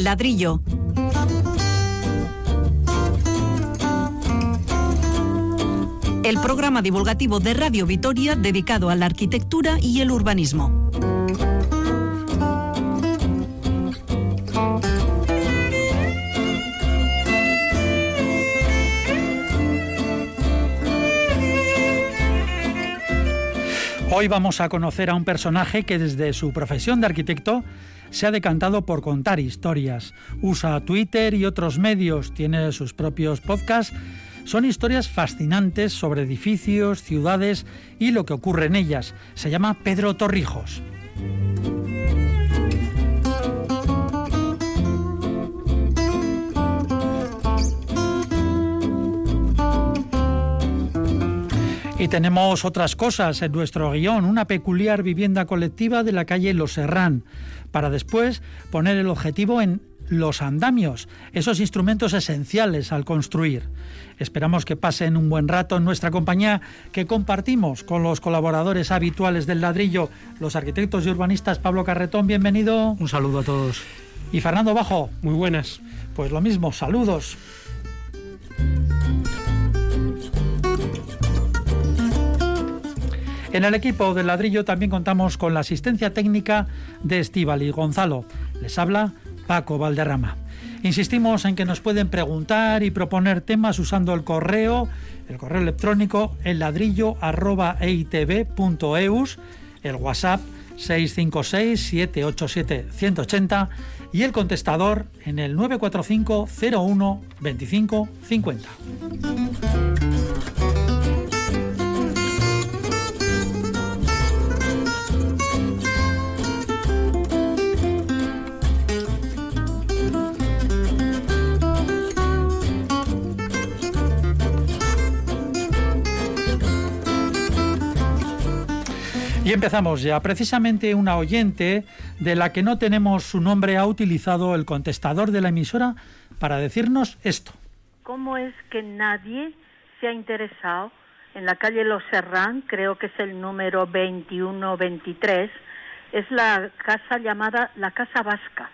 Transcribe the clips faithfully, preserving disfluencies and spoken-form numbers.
ladrillo. El programa divulgativo de Radio Vitoria dedicado a la arquitectura y el urbanismo. Hoy vamos a conocer a un personaje que desde su profesión de arquitecto se ha decantado por contar historias. Usa Twitter y otros medios, tiene sus propios podcasts. Son historias fascinantes sobre edificios, ciudades y lo que ocurre en ellas. Se llama Pedro Torrijos. Y tenemos otras cosas en nuestro guión, una peculiar vivienda colectiva de la calle Los Serrán, para después poner el objetivo en los andamios, esos instrumentos esenciales al construir. Esperamos que pasen un buen rato en nuestra compañía que compartimos con los colaboradores habituales del ladrillo, los arquitectos y urbanistas. Pablo Carretón, bienvenido. Un saludo a todos. Y Fernando Bajo. Muy buenas. Pues lo mismo, saludos. En el equipo del ladrillo también contamos con la asistencia técnica de Estíbaliz Gonzalo. Les habla Paco Valderrama. Insistimos en que nos pueden preguntar y proponer temas usando el correo, el correo electrónico elladrillo arroba e i t v punto e u s, el WhatsApp seis cinco seis, siete ocho siete, uno ocho cero y el contestador en el nueve cuatro cinco, cero uno, veinticinco cincuenta. Y empezamos ya. Precisamente una oyente de la que no tenemos su nombre ha utilizado el contestador de la emisora para decirnos esto. ¿Cómo es que nadie se ha interesado en la calle Los Serrán, creo que es el número veintiuno veintitrés, es la casa llamada la Casa Vasca?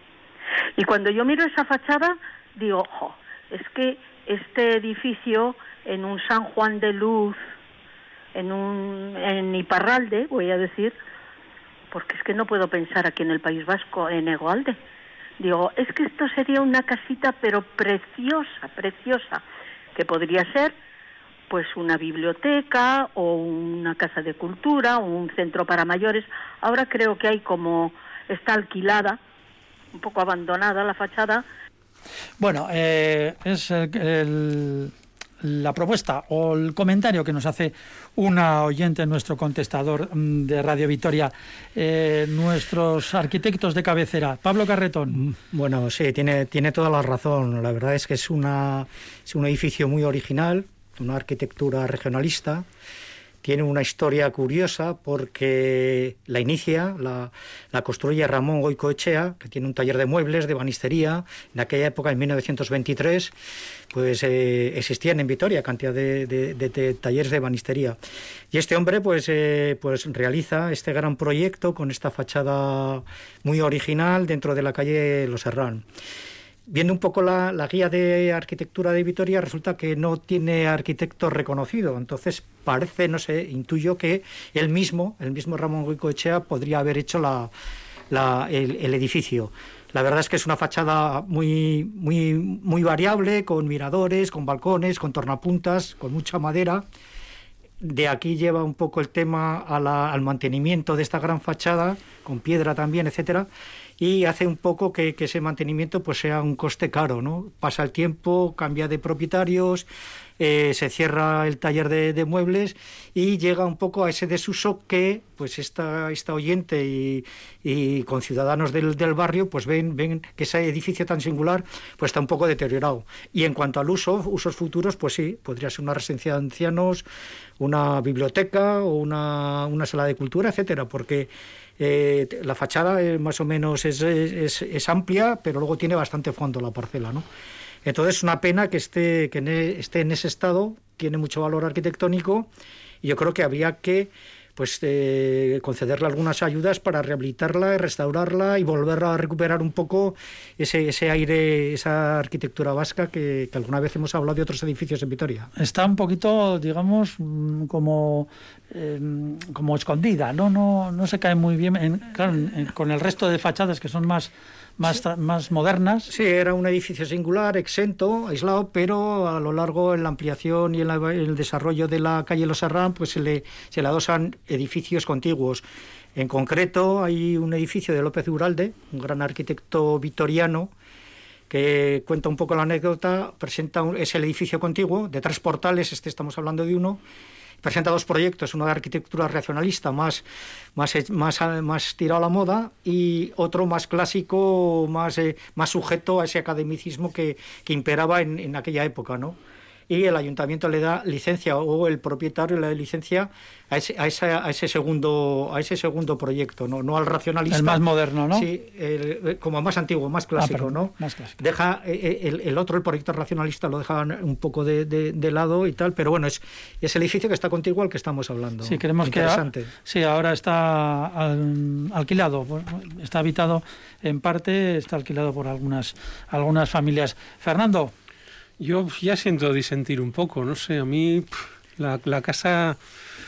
Y cuando yo miro esa fachada, digo, ojo, es que este edificio en un San Juan de Luz, en un en Iparralde, voy a decir, porque es que no puedo pensar aquí en el País Vasco, en Egoalde. Digo, es que esto sería una casita, pero preciosa, preciosa, que podría ser pues una biblioteca o una casa de cultura o un centro para mayores. Ahora creo que hay como, está alquilada, un poco abandonada la fachada. Bueno, eh, es el... el... la propuesta o el comentario que nos hace una oyente en nuestro contestador de Radio Vitoria, eh, nuestros arquitectos de cabecera. Pablo Carretón. Bueno, sí, tiene, tiene toda la razón. La verdad es que es, una, es un edificio muy original, una arquitectura regionalista. Tiene una historia curiosa porque la inicia, la, la construye Ramón Goicoechea, que tiene un taller de muebles, de banistería. En aquella época, en mil novecientos veintitrés, pues eh, existían en Vitoria cantidad de, de, de, de talleres de banistería. Y este hombre pues, eh, pues realiza este gran proyecto con esta fachada muy original dentro de la calle Los Serrán. Viendo un poco la, la guía de arquitectura de Vitoria, resulta que no tiene arquitecto reconocido. Entonces parece, no sé, intuyo que él mismo, el mismo Ramón Goicoechea, podría haber hecho la, la, el, el edificio. La verdad es que es una fachada muy, muy, muy variable, con miradores, con balcones, con tornapuntas, con mucha madera. De aquí lleva un poco el tema a la, al mantenimiento de esta gran fachada, con piedra también, etcétera. Y hace un poco que, que ese mantenimiento pues sea un coste caro, ¿no? Pasa el tiempo, cambia de propietarios, eh, se cierra el taller de, de muebles y llega un poco a ese desuso que pues esta, esta oyente y, y conciudadanos del, del barrio pues ven, ven que ese edificio tan singular pues está un poco deteriorado. Y en cuanto al uso, usos futuros, pues sí, podría ser una residencia de ancianos, una biblioteca o una, una sala de cultura, etcétera, porque Eh, la fachada eh, más o menos es, es, es amplia, pero luego tiene bastante fondo la parcela, ¿no? Entonces es una pena que esté, que ne, esté en ese estado, tiene mucho valor arquitectónico y yo creo que habría que pues eh, concederle algunas ayudas para rehabilitarla, restaurarla y volver a recuperar un poco ese, ese aire, esa arquitectura vasca que, que alguna vez hemos hablado de otros edificios en Vitoria. Está un poquito, digamos, como, eh, como escondida, ¿no? No, no se cae muy bien en, claro, en, con el resto de fachadas que son más... Más, sí. más modernas. Sí, era un edificio singular, exento, aislado, pero a lo largo en la ampliación y en, la, en el desarrollo de la calle Los Serrán, pues se le, se le adosan edificios contiguos. En concreto, hay un edificio de López Uralde, un gran arquitecto vitoriano, que cuenta un poco la anécdota, presenta un, es el edificio contiguo, de tres portales, este estamos hablando de uno. Presenta dos proyectos, uno de arquitectura racionalista más, más, más, más tirado a la moda y otro más clásico, más, eh, más sujeto a ese academicismo que, que imperaba en, en aquella época, ¿no? Y el ayuntamiento le da licencia, o el propietario le da licencia a ese, a esa, a ese segundo a ese segundo proyecto, no, no al racionalista. El más moderno, ¿no? Sí, el, como más antiguo, más clásico, ah, perdón, ¿no? Más clásico. Deja el, el otro, el proyecto racionalista, lo dejan un poco de, de, de lado y tal, pero bueno, es, es el edificio que está contiguo al que estamos hablando. Sí, creemos que a, sí, ahora está al, alquilado, está habitado en parte, está alquilado por algunas algunas familias. Fernando. Yo ya siento disentir un poco, no sé, a mí la, la casa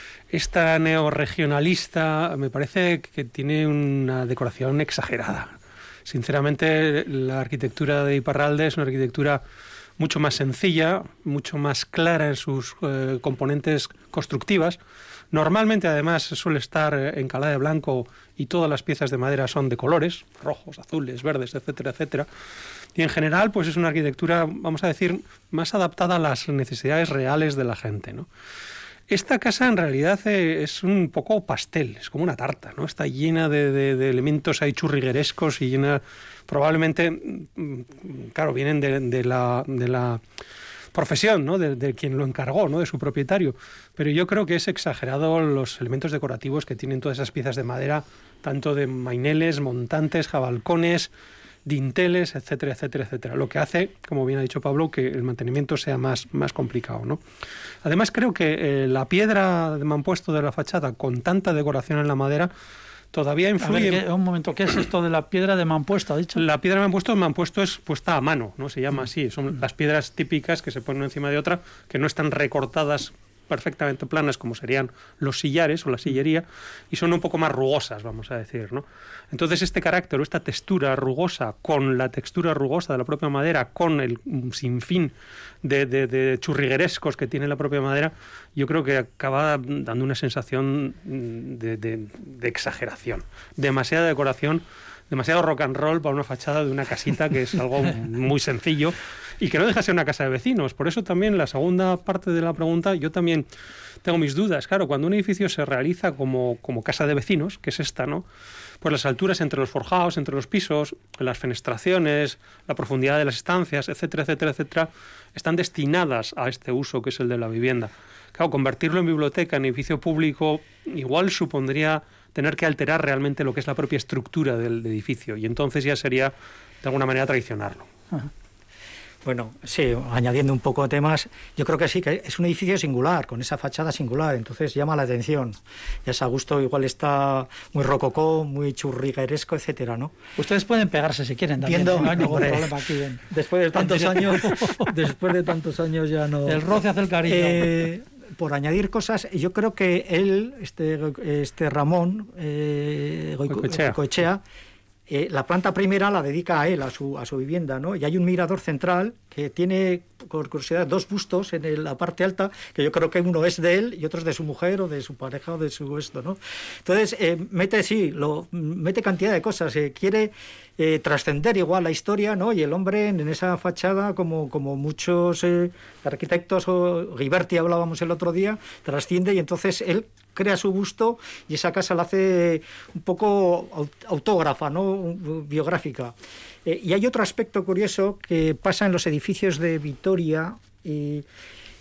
esta neorregionalista me parece que tiene una decoración exagerada. Sinceramente, la arquitectura de Iparralde es una arquitectura mucho más sencilla, mucho más clara en sus eh, componentes constructivas. Normalmente, además, suele estar encalada de blanco y todas las piezas de madera son de colores, rojos, azules, verdes, etcétera, etcétera. Y en general, pues es una arquitectura, vamos a decir, más adaptada a las necesidades reales de la gente, ¿no? Esta casa en realidad es un poco pastel, es como una tarta, ¿no? Está llena de, de, de elementos ahí churriguerescos y llena, probablemente, claro, vienen de, de la... De la profesión, ¿no? De, de quien lo encargó, ¿no? De su propietario. Pero yo creo que es exagerado los elementos decorativos que tienen todas esas piezas de madera, tanto de maineles, montantes, jabalcones, dinteles, etcétera, etcétera, etcétera. Lo que hace, como bien ha dicho Pablo, que el mantenimiento sea más, más complicado, ¿no? Además, creo que eh, la piedra de mampuesto de la fachada, con tanta decoración en la madera, todavía influye... A ver, ¿qué, un momento, ¿qué es esto de la piedra de mampuesto, ha dicho? La piedra de mampuesto, mampuesto es puesta a mano, ¿no? Se llama así. Son las piedras típicas que se ponen una encima de otra, que no están recortadas perfectamente planas como serían los sillares o la sillería, y son un poco más rugosas, vamos a decir, ¿no? Entonces este carácter o esta textura rugosa con la textura rugosa de la propia madera, con el sinfín de, de, de churriguerescos que tiene la propia madera, yo creo que acaba dando una sensación de, de, de exageración, demasiada decoración, demasiado rock and roll para una fachada de una casita que es algo muy sencillo y que no deja de ser una casa de vecinos. Por eso también la segunda parte de la pregunta, yo también tengo mis dudas. Claro, cuando un edificio se realiza como, como casa de vecinos, que es esta, ¿no? Pues las alturas entre los forjados, entre los pisos, las fenestraciones, la profundidad de las estancias, etcétera, etcétera, etcétera, están destinadas a este uso que es el de la vivienda. Claro, convertirlo en biblioteca, en edificio público, igual supondría tener que alterar realmente lo que es la propia estructura del edificio, y entonces ya sería de alguna manera traicionarlo. Ajá. Bueno, sí, añadiendo un poco de temas, yo creo que sí, que es un edificio singular, con esa fachada singular, entonces llama la atención. Ya a gusto igual está muy rococó, muy churrigueresco, etcétera, ¿no? Ustedes pueden pegarse si quieren también. Viendo, no hay ningún hombre, problema aquí. En, después de tantos años, después de tantos años ya no... El roce hace el cariño. Eh, por añadir cosas, yo creo que él, este, este Ramón eh, Goicoechea, Goicoechea Eh, la planta primera la dedica a él, a su, a su vivienda, ¿no? Y hay un mirador central que tiene, por curiosidad, dos bustos en el, la parte alta, que yo creo que uno es de él y otro es de su mujer o de su pareja o de su esto, ¿no? Entonces, eh, mete, sí, lo, mete cantidad de cosas, eh, quiere eh, trascender igual la historia, ¿no? Y el hombre en esa fachada, como, como muchos eh, arquitectos, o Ghiberti hablábamos el otro día, trasciende y entonces él crea su busto y esa casa la hace un poco autógrafa, ¿no? Biográfica. Eh, y hay otro aspecto curioso que pasa en los edificios de Vitoria y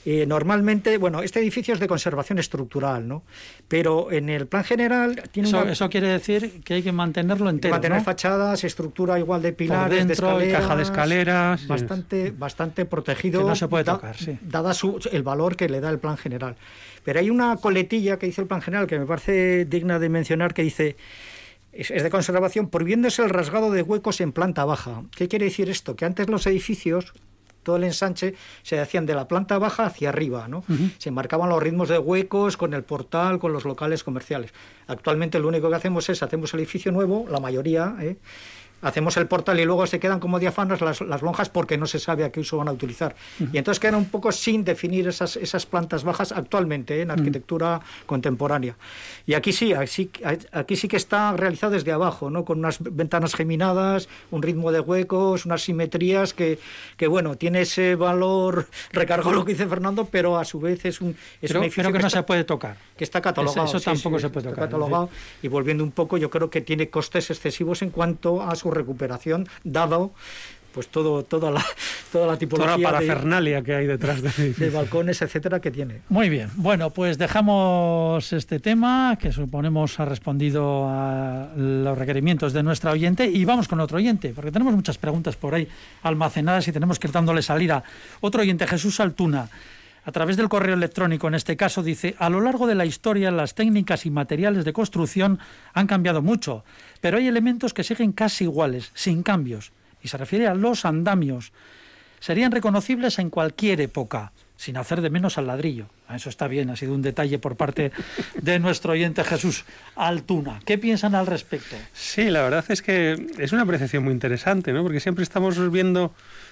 Eh, normalmente, bueno, este edificio es de conservación estructural, ¿no? Pero en el plan general tiene eso, una... Eso quiere decir que hay que mantenerlo entero, mantener ¿no? fachadas, estructura igual de pilares, por dentro, de escaleras, caja de escaleras, bastante, sí. bastante protegido, que no se puede da, tocar, sí. dada su, el valor que le da el plan general. Pero hay una coletilla que dice el plan general que me parece digna de mencionar, que dice: es de conservación, prohibiéndose el rasgado de huecos en planta baja. ¿Qué quiere decir esto? Que antes los edificios, todo el ensanche, se hacían de la planta baja hacia arriba, ¿no? Uh-huh. Se marcaban los ritmos de huecos con el portal, con los locales comerciales. Actualmente lo único que hacemos es, hacemos el edificio nuevo, la mayoría, ¿eh? Hacemos el portal y luego se quedan como diáfanas las, las lonjas porque no se sabe a qué uso van a utilizar. Uh-huh. Y entonces quedan un poco sin definir esas, esas plantas bajas actualmente, ¿eh? En arquitectura uh-huh. contemporánea. Y aquí sí, aquí, aquí sí que está realizado desde abajo, ¿no? Con unas ventanas geminadas, un ritmo de huecos, unas simetrías que, que bueno, tiene ese valor recargado lo que dice Fernando, pero a su vez es un, es pero, un edificio pero que, que no está, se puede tocar. Que está catalogado. Eso, eso sí, tampoco sí, se puede está tocar. catalogado. ¿Sí? Y volviendo un poco, yo creo que tiene costes excesivos en cuanto a su recuperación, dado pues todo toda la toda la tipología, toda la parafernalia de, que hay detrás de, de balcones, etcétera, que tiene. Muy bien, bueno, pues dejamos este tema que suponemos ha respondido a los requerimientos de nuestra oyente y vamos con otro oyente, porque tenemos muchas preguntas por ahí almacenadas y tenemos que ir dándole salida. Otro oyente, Jesús Altuna, a través del correo electrónico, en este caso, dice: a lo largo de la historia las técnicas y materiales de construcción han cambiado mucho, pero hay elementos que siguen casi iguales, sin cambios, y se refiere a los andamios. Serían reconocibles en cualquier época, sin hacer de menos al ladrillo. Eso está bien, ha sido un detalle por parte de nuestro oyente Jesús Altuna. ¿Qué piensan al respecto? Sí, la verdad es que es una apreciación muy interesante, ¿no? Porque siempre estamos viendo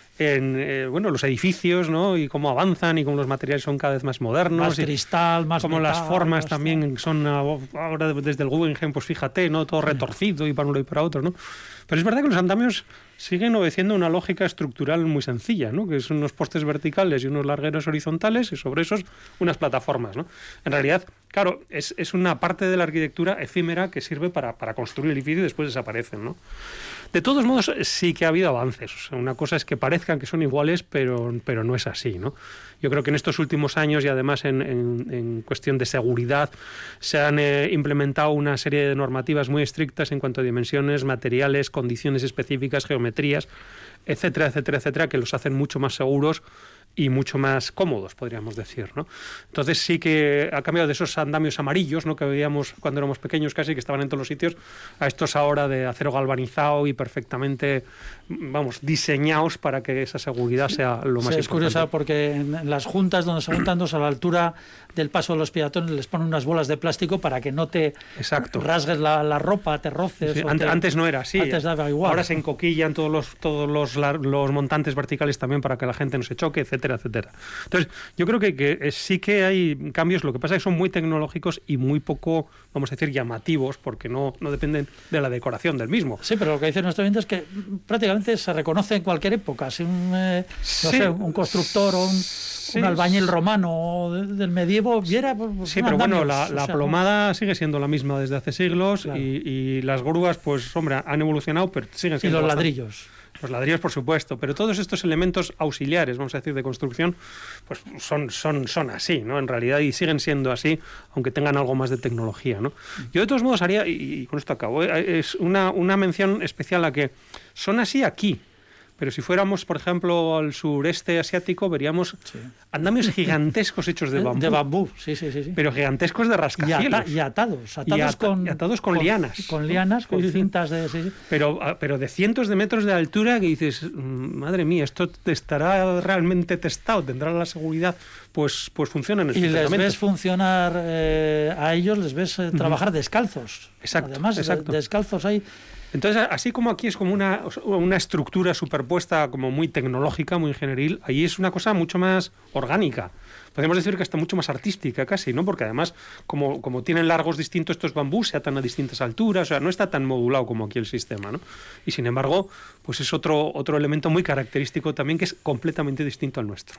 en eh, bueno, los edificios, ¿no? Y cómo avanzan y cómo los materiales son cada vez más modernos, más cristal, más como metal, las formas más también tal. son ahora desde el Guggenheim, pues fíjate, ¿no? Todo retorcido y para uno y para otro, ¿no? Pero es verdad que los andamios siguen obedeciendo una lógica estructural muy sencilla, ¿no? Que son unos postes verticales y unos largueros horizontales y sobre esos unas plataformas, ¿no? En realidad, claro, es, es una parte de la arquitectura efímera que sirve para, para construir el edificio y después desaparecen, ¿no? De todos modos, sí que ha habido avances. O sea, una cosa es que parezcan que son iguales, pero, pero no es así, ¿no? Yo creo que en estos últimos años y además en, en, en cuestión de seguridad se han eh, implementado una serie de normativas muy estrictas en cuanto a dimensiones, materiales, condiciones específicas, geometrías, etcétera, etcétera, etcétera, que los hacen mucho más seguros y mucho más cómodos, podríamos decir, ¿no? Entonces sí que ha cambiado de esos andamios amarillos, ¿no? Que veíamos cuando éramos pequeños casi, que estaban en todos los sitios, a estos ahora de acero galvanizado y perfectamente, vamos, diseñados para que esa seguridad sea lo más sí, importante. Es curioso porque en las juntas donde se juntan dos a la altura del paso de los peatones les ponen unas bolas de plástico para que no te Exacto. rasgues la, la ropa, te roces. Sí, o antes, te... antes no era así. Antes daba igual. Ahora se encoquillan todos los todos los, los montantes verticales también para que la gente no se choque, etcétera, etcétera. Entonces, yo creo que, que sí que hay cambios, lo que pasa es que son muy tecnológicos y muy poco, vamos a decir, llamativos, porque no, no dependen de la decoración del mismo. Sí, pero lo que dice nuestro oyente es que prácticamente se reconoce en cualquier época. Si un, eh, no sí. sé, un constructor o un, sí. un albañil romano del medievo viera... Pues, sí, pero andamios, bueno, la, la o sea, plomada ¿no? sigue siendo la misma desde hace siglos claro. y, y las grúas, pues, hombre, han evolucionado, pero siguen siendo... Y los bastante. ladrillos. Los ladrillos, por supuesto, pero todos estos elementos auxiliares, vamos a decir, de construcción, pues son, son, son así, ¿no? En realidad, y siguen siendo así, aunque tengan algo más de tecnología, ¿no? Yo, de todos modos, haría, y, y con esto acabo, es una, una mención especial a que son así aquí, pero si fuéramos, por ejemplo, al sureste asiático, veríamos sí. andamios gigantescos hechos de bambú. De bambú, sí, sí, sí. sí. Pero gigantescos de rascacielos. Y, ata y atados, atados, y ata con, y atados con, con lianas. Con lianas, con cintas de... Sí, sí. Pero, pero de cientos de metros de altura que dices, madre mía, esto estará realmente testado, tendrá la seguridad, pues, pues funcionan estupendamente. Y les ves funcionar eh, a ellos, les ves eh, trabajar uh-huh. descalzos. Exacto, Además, exacto. De, descalzos hay... Entonces, así como aquí es como una, una estructura superpuesta, como muy tecnológica, muy ingenieril, ahí es una cosa mucho más orgánica. Podemos decir que está mucho más artística casi, ¿no? Porque además, como, como tienen largos distintos estos bambús, se atan a distintas alturas, o sea, no está tan modulado como aquí el sistema, ¿no? Y sin embargo, pues es otro, otro elemento muy característico también que es completamente distinto al nuestro.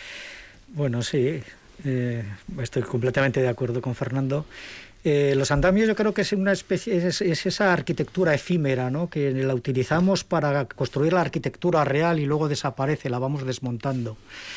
Bueno, sí, eh, estoy completamente de acuerdo con Fernando. Eh, los andamios yo creo que es una especie es, es esa arquitectura efímera, ¿no? Que la utilizamos para construir la arquitectura real y luego desaparece, la vamos desmontando.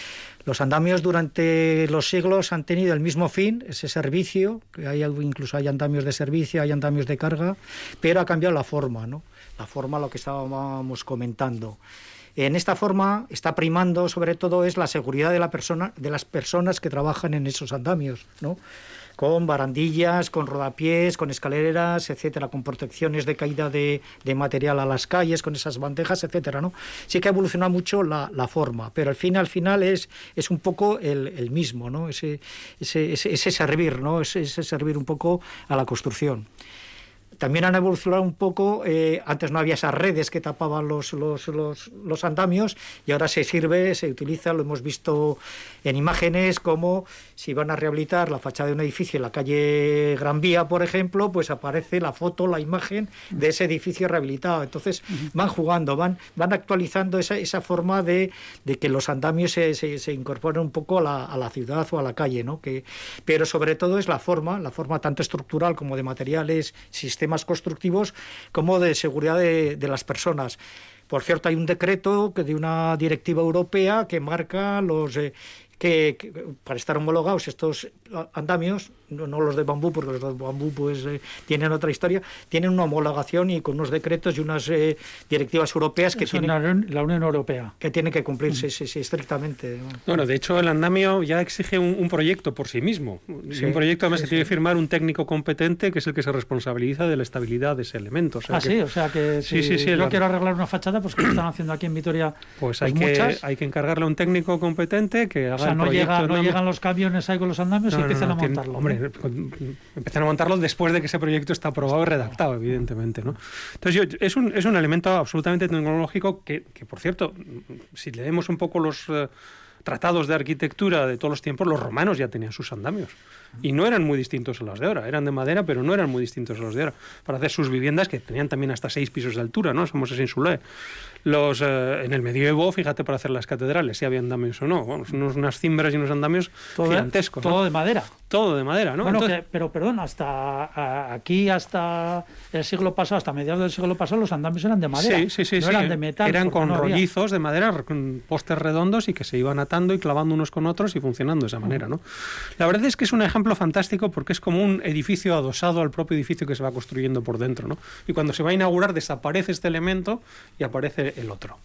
Los andamios durante los siglos han tenido el mismo fin, ese servicio, que hay incluso hay andamios de servicio, hay andamios de carga, pero ha cambiado la forma, ¿no? La forma, lo que estábamos comentando. En esta forma está primando sobre todo es la seguridad de la persona, de las personas que trabajan en esos andamios, ¿no? Con barandillas, con rodapiés, con escaleras, etcétera, con protecciones de caída de, de material a las calles, con esas bandejas, etcétera, ¿no? Sí que ha evolucionado mucho la, la forma, pero al fin al final es, es un poco el, el mismo, ¿no? Ese, ese, ese, ese servir, ¿no? Ese, ese servir un poco a la construcción. También han evolucionado un poco, eh, antes no había esas redes que tapaban los, los, los, los andamios y ahora se sirve, se utiliza, lo hemos visto en imágenes, como si van a rehabilitar la fachada de un edificio en la calle Gran Vía, por ejemplo, pues aparece la foto, la imagen de ese edificio rehabilitado. Entonces van jugando, van, van actualizando esa, esa forma de, de que los andamios se, se, se incorporen un poco a la, a la ciudad o a la calle, ¿no? Que, pero sobre todo es la forma, la forma tanto estructural como de materiales, sistemas más constructivos, como de seguridad de, de las personas. Por cierto, hay un decreto que de una directiva europea que marca los eh, que, que para estar homologados estos andamios, no, no los de bambú, porque los de bambú pues eh, tienen otra historia, tienen una homologación y con unos decretos y unas eh, directivas europeas que Eso tienen la Unión Europea que tienen que cumplirse, mm. sí, sí, estrictamente. Bueno, de hecho el andamio ya exige un, un proyecto por sí mismo. Sí, un proyecto además sí, se tiene sí. que firmar un técnico competente que es el que se responsabiliza de la estabilidad de ese elemento. O sea ah, que, sí, o sea que si sí, sí, sí, yo la... quiero arreglar una fachada, pues que lo están haciendo aquí en Vitoria. Pues, pues hay, que, hay que encargarle a un técnico competente que haga o sea, el no proyecto. Llega, no llegan los camiones ahí con los andamios no, y empiezan no, no, a montarlo. Tiene, hombre, empiezan a montarlo después de que ese proyecto está aprobado y redactado, evidentemente, ¿no? Entonces, yo, es, un, es un elemento absolutamente tecnológico que, que, por cierto, si leemos un poco los uh, tratados de arquitectura de todos los tiempos, los romanos ya tenían sus andamios. Y no eran muy distintos a los de ahora. Eran de madera, pero no eran muy distintos a los de ahora. Para hacer sus viviendas, que tenían también hasta seis pisos de altura, ¿no? Somos ese insulé. Los, eh, en el medievo, fíjate, para hacer las catedrales, si había andamios o no. Bueno, unos, unas cimbras y unos andamios todo gigantescos. De, todo ¿no? de madera. Todo de madera, ¿no? Bueno, Entonces, que, pero perdón, hasta a, aquí, hasta el siglo pasado, hasta mediados del siglo pasado, los andamios eran de madera. Sí, sí, sí. No sí. eran de metal. Eran con no rollizos de madera, con postes redondos y que se iban atando y clavando unos con otros y funcionando de esa manera, ¿no? La verdad es que es un ejemplo fantástico porque es como un edificio adosado al propio edificio que se va construyendo por dentro, ¿no? Y cuando se va a inaugurar desaparece este elemento y aparece el otro.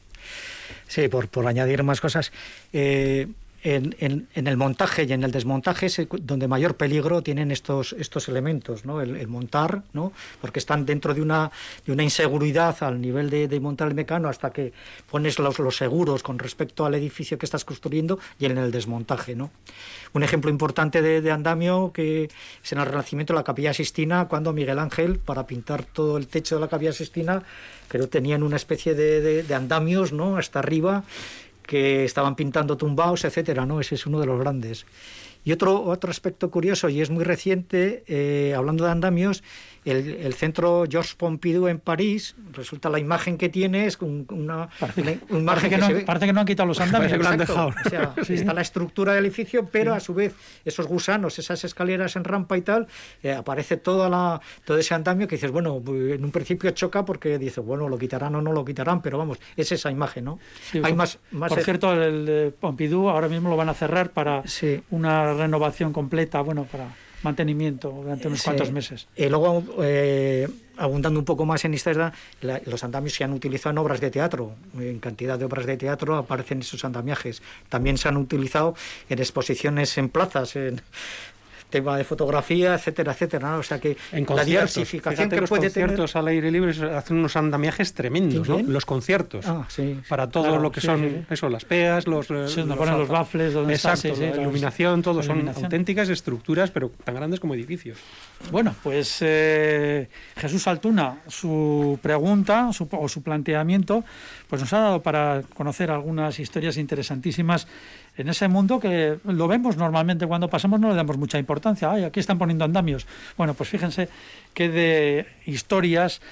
Sí, por, por añadir más cosas. Eh, en, en, en el montaje y en el desmontaje es donde mayor peligro tienen estos, estos elementos, ¿no? El, el montar, ¿no? Porque están dentro de una, de una inseguridad al nivel de, de montar el mecano hasta que pones los, los seguros con respecto al edificio que estás construyendo y en el desmontaje, ¿no? Un ejemplo importante de, de andamio que es en el Renacimiento de la Capilla Sixtina, cuando Miguel Ángel, para pintar todo el techo de la Capilla Sixtina, creo que tenían una especie de, de, de andamios, ¿no? Hasta arriba, que estaban pintando tumbaos, etcétera, ¿no? Ese es uno de los grandes. Y otro, otro aspecto curioso, y es muy reciente, eh, hablando de andamios, el, el centro Georges Pompidou en París, resulta la imagen que tiene es una, parece, una, una parece, que, que, no, parece que no han quitado los andamios. Que lo han dejado. O sea, sí. Está la estructura del edificio, pero sí. A su vez esos gusanos, esas escaleras en rampa y tal, eh, aparece toda la, todo ese andamio que dices, bueno, en un principio choca porque dices, bueno, lo quitarán o no lo quitarán, pero vamos, es esa imagen, ¿no? Sí, Hay por, más, más por cierto, el de Pompidou ahora mismo lo van a cerrar para sí. una renovación completa, bueno, para mantenimiento durante unos sí. cuantos meses. Y luego, eh, abundando un poco más en historia, la, los andamios se han utilizado en obras de teatro, en cantidad de obras de teatro aparecen esos andamiajes. También se han utilizado en exposiciones en plazas, en tema de fotografía, etcétera, etcétera, ¿no? O sea que en la diversificación que los puede conciertos tener... al aire libre hacen unos andamiajes tremendos, ¿no? Los conciertos. Ah, sí, para todo claro, lo que sí, son, sí, sí. eso, las peas, los... Sí, los donde ponen los baffles, donde exacto, está, sí, la sí, iluminación, todo, son iluminación. auténticas estructuras, pero tan grandes como edificios. Bueno, pues eh, Jesús Altuna, su pregunta su, o su planteamiento, pues nos ha dado para conocer algunas historias interesantísimas en ese mundo que lo vemos normalmente cuando pasamos, no le damos mucha importancia. Ay, aquí están poniendo andamios. Bueno, pues fíjense qué de historias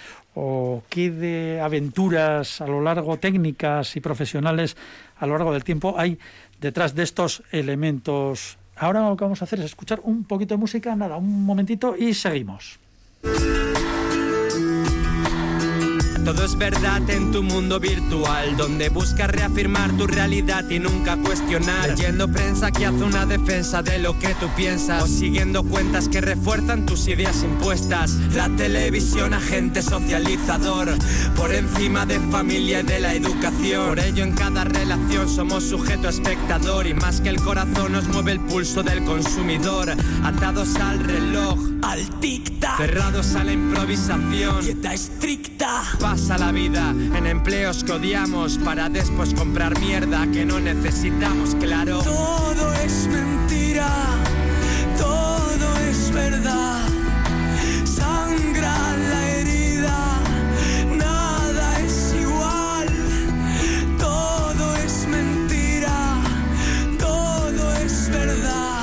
o qué de aventuras a lo largo, técnicas y profesionales a lo largo del tiempo hay detrás de estos elementos. Ahora lo que vamos a hacer es escuchar un poquito de música, nada, un momentito y seguimos. Todo es verdad en tu mundo virtual, donde buscas reafirmar tu realidad y nunca cuestionar. Leyendo prensa que hace una defensa de lo que tú piensas, o siguiendo cuentas que refuerzan tus ideas impuestas. La televisión, agente socializador, por encima de familia y de la educación. Por ello en cada relación somos sujeto espectador, y más que el corazón nos mueve el pulso del consumidor. Atados al reloj, al tic-tac, cerrados a la improvisación, dieta estricta. Pasa la vida en empleos que odiamos para después comprar mierda que no necesitamos, claro. Todo es mentira, todo es verdad. Sangra la herida, nada es igual. Todo es mentira, todo es verdad.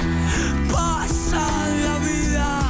Pasa la vida,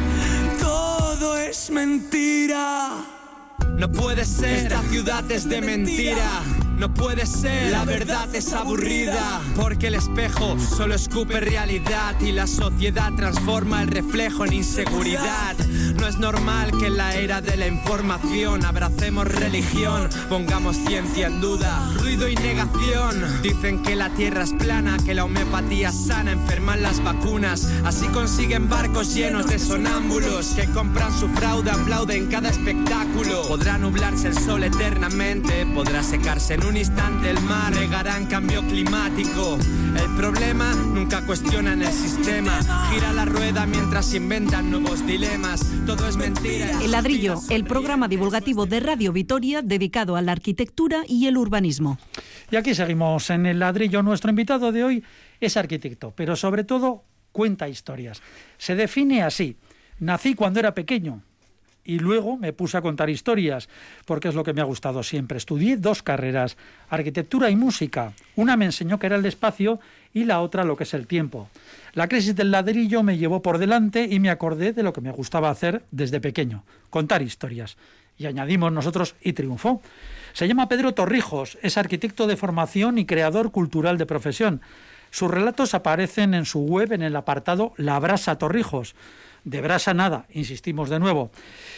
todo es mentira. No puede ser, esta ciudad es de mentira. No puede ser, la verdad es aburrida, porque el espejo solo escupe realidad y la sociedad transforma el reflejo en inseguridad. No es normal que en la era de la información abracemos religión, pongamos ciencia en duda, ruido y negación. Dicen que la tierra es plana, que la homeopatía sana, enferman las vacunas. Así consiguen barcos llenos de sonámbulos que compran su fraude, aplauden cada espectáculo. Podrá nublarse el sol eternamente, podrá secarse en un instante el mar, negarán cambio climático. El problema nunca cuestionan el sistema, gira la rueda mientras inventan nuevos dilemas. Todo es mentira. El Ladrillo, el programa divulgativo de Radio Vitoria dedicado a la arquitectura y el urbanismo. Y aquí seguimos en El Ladrillo. Nuestro invitado de hoy es arquitecto, pero sobre todo cuenta historias. Se define así: nací cuando era pequeño y luego me puse a contar historias, porque es lo que me ha gustado siempre. Estudié dos carreras, arquitectura y música. Una me enseñó que era el espacio y la otra lo que es el tiempo. La crisis del ladrillo me llevó por delante y me acordé de lo que me gustaba hacer desde pequeño, contar historias. Y añadimos nosotros y triunfó. Se llama Pedro Torrijos, es arquitecto de formación y creador cultural de profesión. Sus relatos aparecen en su web en el apartado La Brasa Torrijos. De brasa nada, insistimos de nuevo.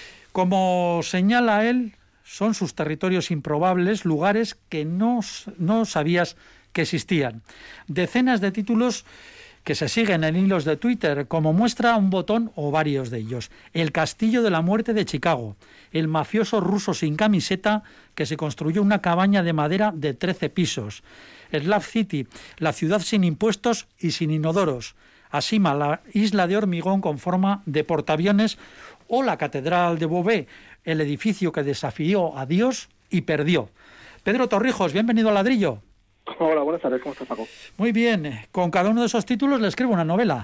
Como señala él, son sus territorios improbables, lugares que no, no sabías que existían. Decenas de títulos que se siguen en hilos de Twitter, como muestra un botón o varios de ellos. El Castillo de la Muerte de Chicago, el mafioso ruso sin camiseta que se construyó una cabaña de madera de trece pisos. Slav City, la ciudad sin impuestos y sin inodoros. Asima, la isla de hormigón con forma de portaaviones, o la Catedral de Beauvais, el edificio que desafió a Dios y perdió. Pedro Torrijos, bienvenido al Ladrillo. Hola, buenas tardes, ¿cómo estás, Paco? Muy bien, con cada uno de esos títulos le escribo una novela.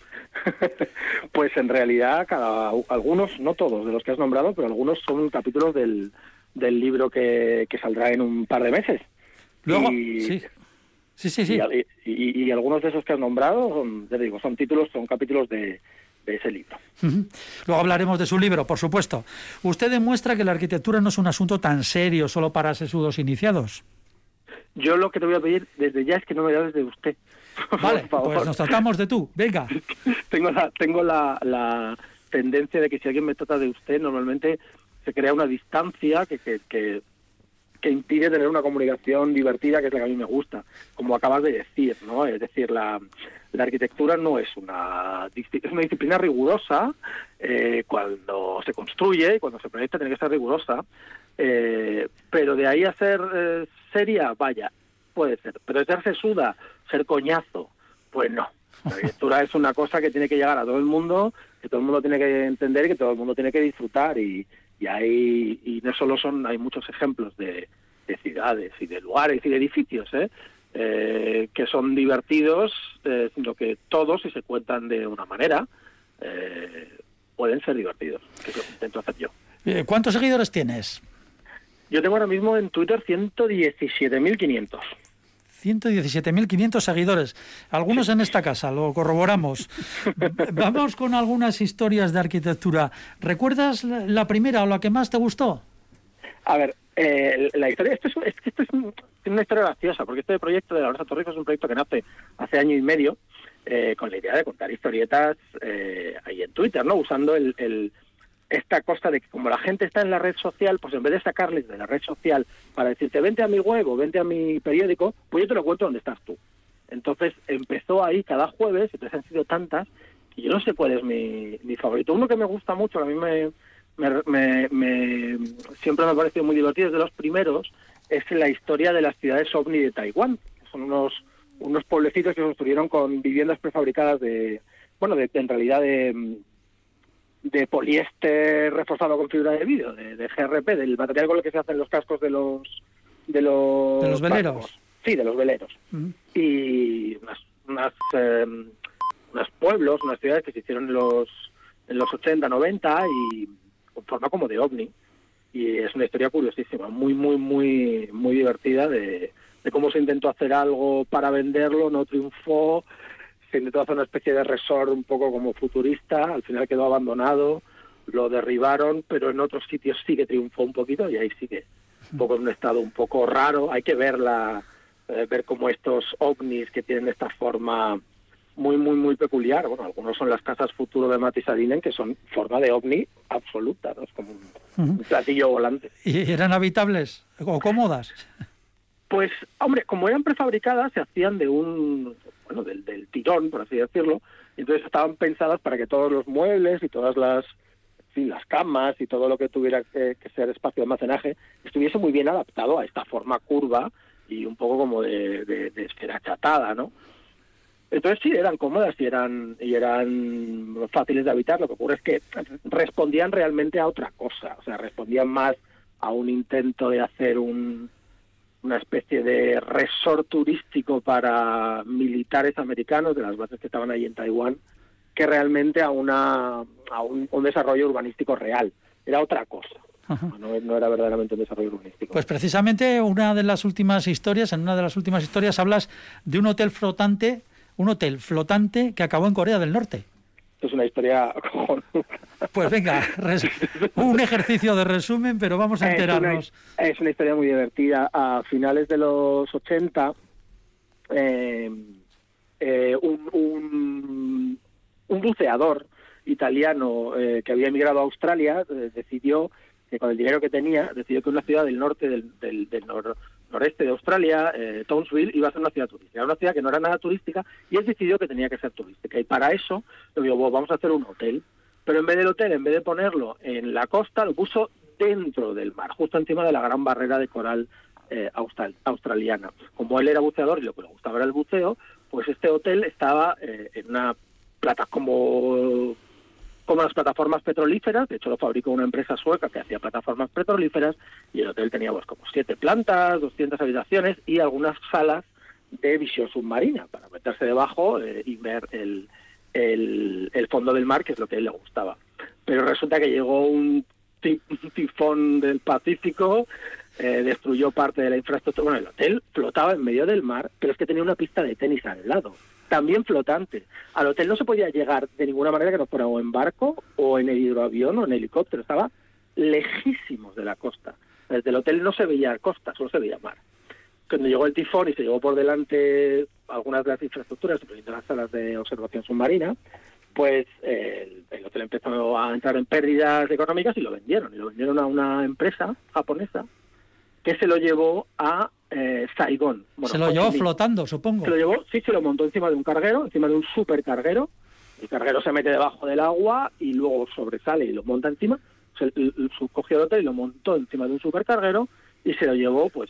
Pues en realidad, cada, algunos, no todos de los que has nombrado, pero algunos son capítulos del, del libro que, que saldrá en un par de meses. Luego, y... sí. Sí, sí, sí. Y, y, y algunos de esos que has nombrado, son, te digo, son títulos, son capítulos de, de ese libro. Uh-huh. Luego hablaremos de su libro, por supuesto. Usted demuestra que la arquitectura no es un asunto tan serio solo para sesudos iniciados. Yo lo que te voy a pedir desde ya es que no me hables de usted. Vale, pues nos tratamos de tú. Venga. tengo la, tengo la, la tendencia de que si alguien me trata de usted, normalmente se crea una distancia que... que, que que impide tener una comunicación divertida, que es la que a mí me gusta, como acabas de decir, ¿no? Es decir, la, la arquitectura no es una, es una disciplina rigurosa, eh, cuando se construye, cuando se proyecta tiene que ser rigurosa, eh, pero de ahí a ser eh, seria, vaya, puede ser, pero de ser sesuda, ser coñazo, pues no. La arquitectura es una cosa que tiene que llegar a todo el mundo, que todo el mundo tiene que entender y que todo el mundo tiene que disfrutar, y Y hay, y no solo son, hay muchos ejemplos de, de ciudades y de lugares y de edificios, ¿eh? Eh, que son divertidos, eh, sino que todos, si se cuentan de una manera, eh, pueden ser divertidos, que es lo que intento hacer yo. ¿Cuántos seguidores tienes? Yo tengo ahora mismo en Twitter ciento diecisiete mil quinientos. ciento diecisiete mil quinientos seguidores, algunos en esta casa, lo corroboramos. Vamos con algunas historias de arquitectura. ¿Recuerdas la primera o la que más te gustó? A ver, eh, la historia, esto es, es que esto es un, una historia graciosa, porque este proyecto de La Brasa Torrijos es un proyecto que nace hace año y medio, eh, con la idea de contar historietas eh, ahí en Twitter, ¿no? Usando el, el esta cosa de que como la gente está en la red social, pues en vez de sacarles de la red social para decirte vente a mi web o vente a mi periódico, pues yo te lo cuento donde estás tú. Entonces empezó ahí cada jueves, entonces han sido tantas, y yo no sé cuál es mi, mi favorito. Uno que me gusta mucho, que a mí me, me, me, me siempre me ha parecido muy divertido, es de los primeros, es la historia de las ciudades ovni de Taiwán. Son unos unos pueblecitos que se construyeron con viviendas prefabricadas de, bueno, de, de en realidad de, de poliéster reforzado con fibra de vidrio, de, de G R P, del material con el que se hacen los cascos de los de los, ¿De los veleros? barcos. Sí, de los veleros. Uh-huh. Y unas unas, eh, unos pueblos, unas ciudades que se hicieron en los en los ochenta, noventa y con forma como de ovni. Y es una historia curiosísima, muy, muy, muy, muy divertida de, de cómo se intentó hacer algo para venderlo, no triunfó, se intentó hacer una especie de resort un poco como futurista, al final quedó abandonado, lo derribaron, pero en otros sitios sí que triunfó un poquito y ahí sí que un poco en un estado un poco raro. Hay que verla, eh, ver cómo estos ovnis que tienen esta forma muy, muy, muy peculiar. Bueno, algunos son las casas futuro de Matisadinen, que son forma de ovni absoluta, ¿no? Es como un, uh-huh. un platillo volante. ¿Y eran habitables o cómodas? Pues, hombre, como eran prefabricadas, se hacían de un, bueno, del, del tirón, por así decirlo, y entonces estaban pensadas para que todos los muebles y todas las, en fin, las camas y todo lo que tuviera que, que ser espacio de almacenaje estuviese muy bien adaptado a esta forma curva y un poco como de, de, de esfera achatada, ¿no? Entonces sí, eran cómodas y eran y eran fáciles de habitar. Lo que ocurre es que respondían realmente a otra cosa, o sea, respondían más a un intento de hacer un, una especie de resort turístico para militares americanos de las bases que estaban ahí en Taiwán, que realmente a una a un, un desarrollo urbanístico real. Era otra cosa. No, no era verdaderamente un desarrollo urbanístico. Pues precisamente una de las últimas historias, en una de las últimas historias hablas de un hotel flotante, un hotel flotante que acabó en Corea del Norte. Es una historia cojonuda. Pues venga, res, un ejercicio de resumen, pero vamos a enterarnos. Es una, es una historia muy divertida. A finales de los ochenta, eh, eh, un, un, un buceador italiano eh, que había emigrado a Australia eh, decidió que con el dinero que tenía, decidió que una ciudad del norte del, del, del nor, noreste de Australia, eh, Townsville, iba a ser una ciudad turística. Era una ciudad que no era nada turística y él decidió que tenía que ser turística. Y para eso, le digo, bueno, vamos a hacer un hotel. Pero en vez del hotel, en vez de ponerlo en la costa, lo puso dentro del mar, justo encima de la gran barrera de coral eh, austral, australiana. Como él era buceador y lo que le gustaba era el buceo, pues este hotel estaba eh, en una plata como... como las plataformas petrolíferas. De hecho lo fabricó una empresa sueca que hacía plataformas petrolíferas, y el hotel tenía pues como siete plantas, doscientas habitaciones y algunas salas de visión submarina para meterse debajo eh, y ver el, el, el fondo del mar, que es lo que a él le gustaba. Pero resulta que llegó un, tif, un tifón del Pacífico, eh, destruyó parte de la infraestructura. Bueno, el hotel flotaba en medio del mar, pero es que tenía una pista de tenis al lado, también flotante. Al hotel no se podía llegar de ninguna manera que no fuera o en barco o en el hidroavión o en helicóptero. Estaba lejísimos de la costa. Desde el hotel no se veía costa, solo se veía mar. Cuando llegó el tifón y se llevó por delante algunas de las infraestructuras, incluyendo las salas de observación submarina, pues eh, el, el hotel empezó a entrar en pérdidas económicas y lo vendieron. Y lo vendieron a una empresa japonesa que se lo llevó a eh, Saigón. Bueno, se lo llevó flotando, supongo. Se lo llevó, sí, se lo montó encima de un carguero, encima de un supercarguero. El carguero se mete debajo del agua y luego sobresale y lo monta encima. O sea, el, el, el, cogió el hotel y lo montó encima de un supercarguero y se lo llevó, pues,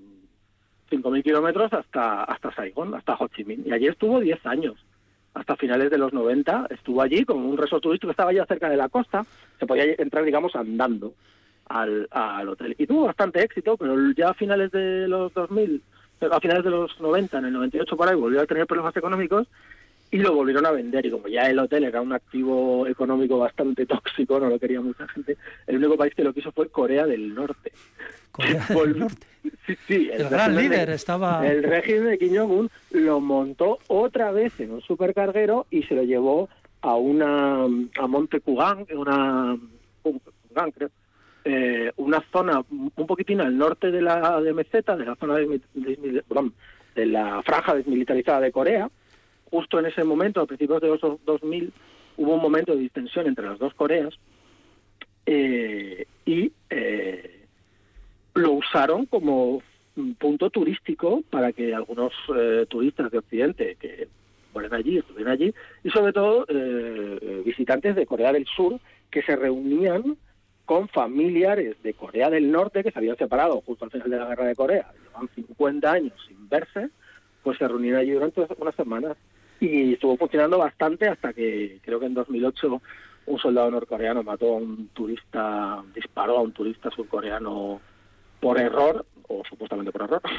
cinco mil kilómetros hasta, hasta Saigón, hasta Ho Chi Minh. Y allí estuvo diez años. Hasta finales de los noventa estuvo allí como un resort turístico que estaba ya cerca de la costa. Se podía entrar, digamos, andando al, al hotel. Y tuvo bastante éxito, pero ya a finales de los dos mil, a finales de los noventa, en el noventa y ocho por ahí, volvió a tener problemas económicos y lo volvieron a vender. Y como ya el hotel era un activo económico bastante tóxico, no lo quería mucha gente, el único país que lo quiso fue Corea del Norte. Corea del Norte. Sí, sí, el, el gran líder de, estaba... El régimen de Kim Jong-un lo montó otra vez en un supercarguero y se lo llevó a una a Monte Kugan, una Kugan, creo, eh, una zona un poquitín al norte de la de meseta, de la zona de, de, de la franja desmilitarizada de Corea. Justo en ese momento, a principios de los dos mil, hubo un momento de distensión entre las dos Coreas eh, y eh, lo usaron como un punto turístico para que algunos eh, turistas de Occidente que fueran allí, estuvieran allí, y sobre todo eh, visitantes de Corea del Sur que se reunían con familiares de Corea del Norte que se habían separado justo al final de la Guerra de Corea, llevan cincuenta años sin verse, pues se reunían allí durante unas semanas. Y estuvo funcionando bastante hasta que creo que en dos mil ocho un soldado norcoreano mató a un turista, disparó a un turista surcoreano por error, o supuestamente por error,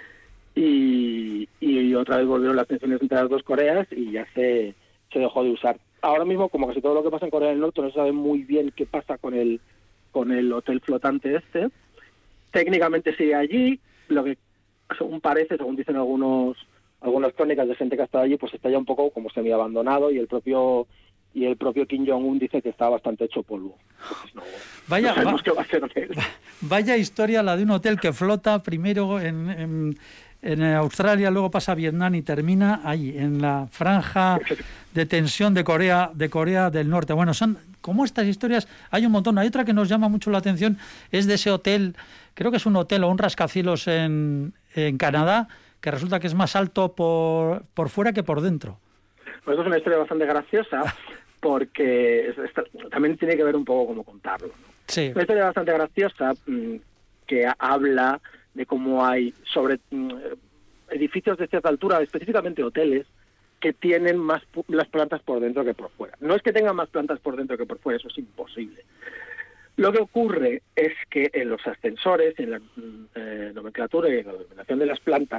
y, y otra vez volvieron las tensiones entre las dos Coreas y ya se, se dejó de usar. Ahora mismo, como casi todo lo que pasa en Corea del Norte, no se sabe muy bien qué pasa con el, con el hotel flotante este. Técnicamente sigue allí, lo que según parece, según dicen algunos algunas crónicas de gente que ha estado allí, pues está ya un poco como semi abandonado y el propio y el propio Kim Jong-un dice que está bastante hecho polvo. Entonces, no, vaya, no sabemos va, qué va a hacer de él. Vaya historia la de un hotel que flota primero en, en, en Australia, luego pasa a Vietnam y termina ahí, en la franja de tensión de Corea, de Corea del Norte. Bueno, son como estas historias, hay un montón. Hay otra que nos llama mucho la atención, es de ese hotel, creo que es un hotel o un rascacielos en, en Canadá, que resulta que es más alto por, por fuera que por dentro. Pues esto es una historia bastante graciosa, porque es, es, también tiene que ver un poco cómo contarlo, ¿no? Sí. Una historia bastante graciosa mmm, que habla de cómo hay sobre mmm, edificios de cierta altura, específicamente hoteles, que tienen más las plantas por dentro que por fuera. No es que tengan más plantas por dentro que por fuera, eso es imposible. Lo que ocurre es que en los ascensores, en la eh, nomenclatura y en la denominación de las plantas,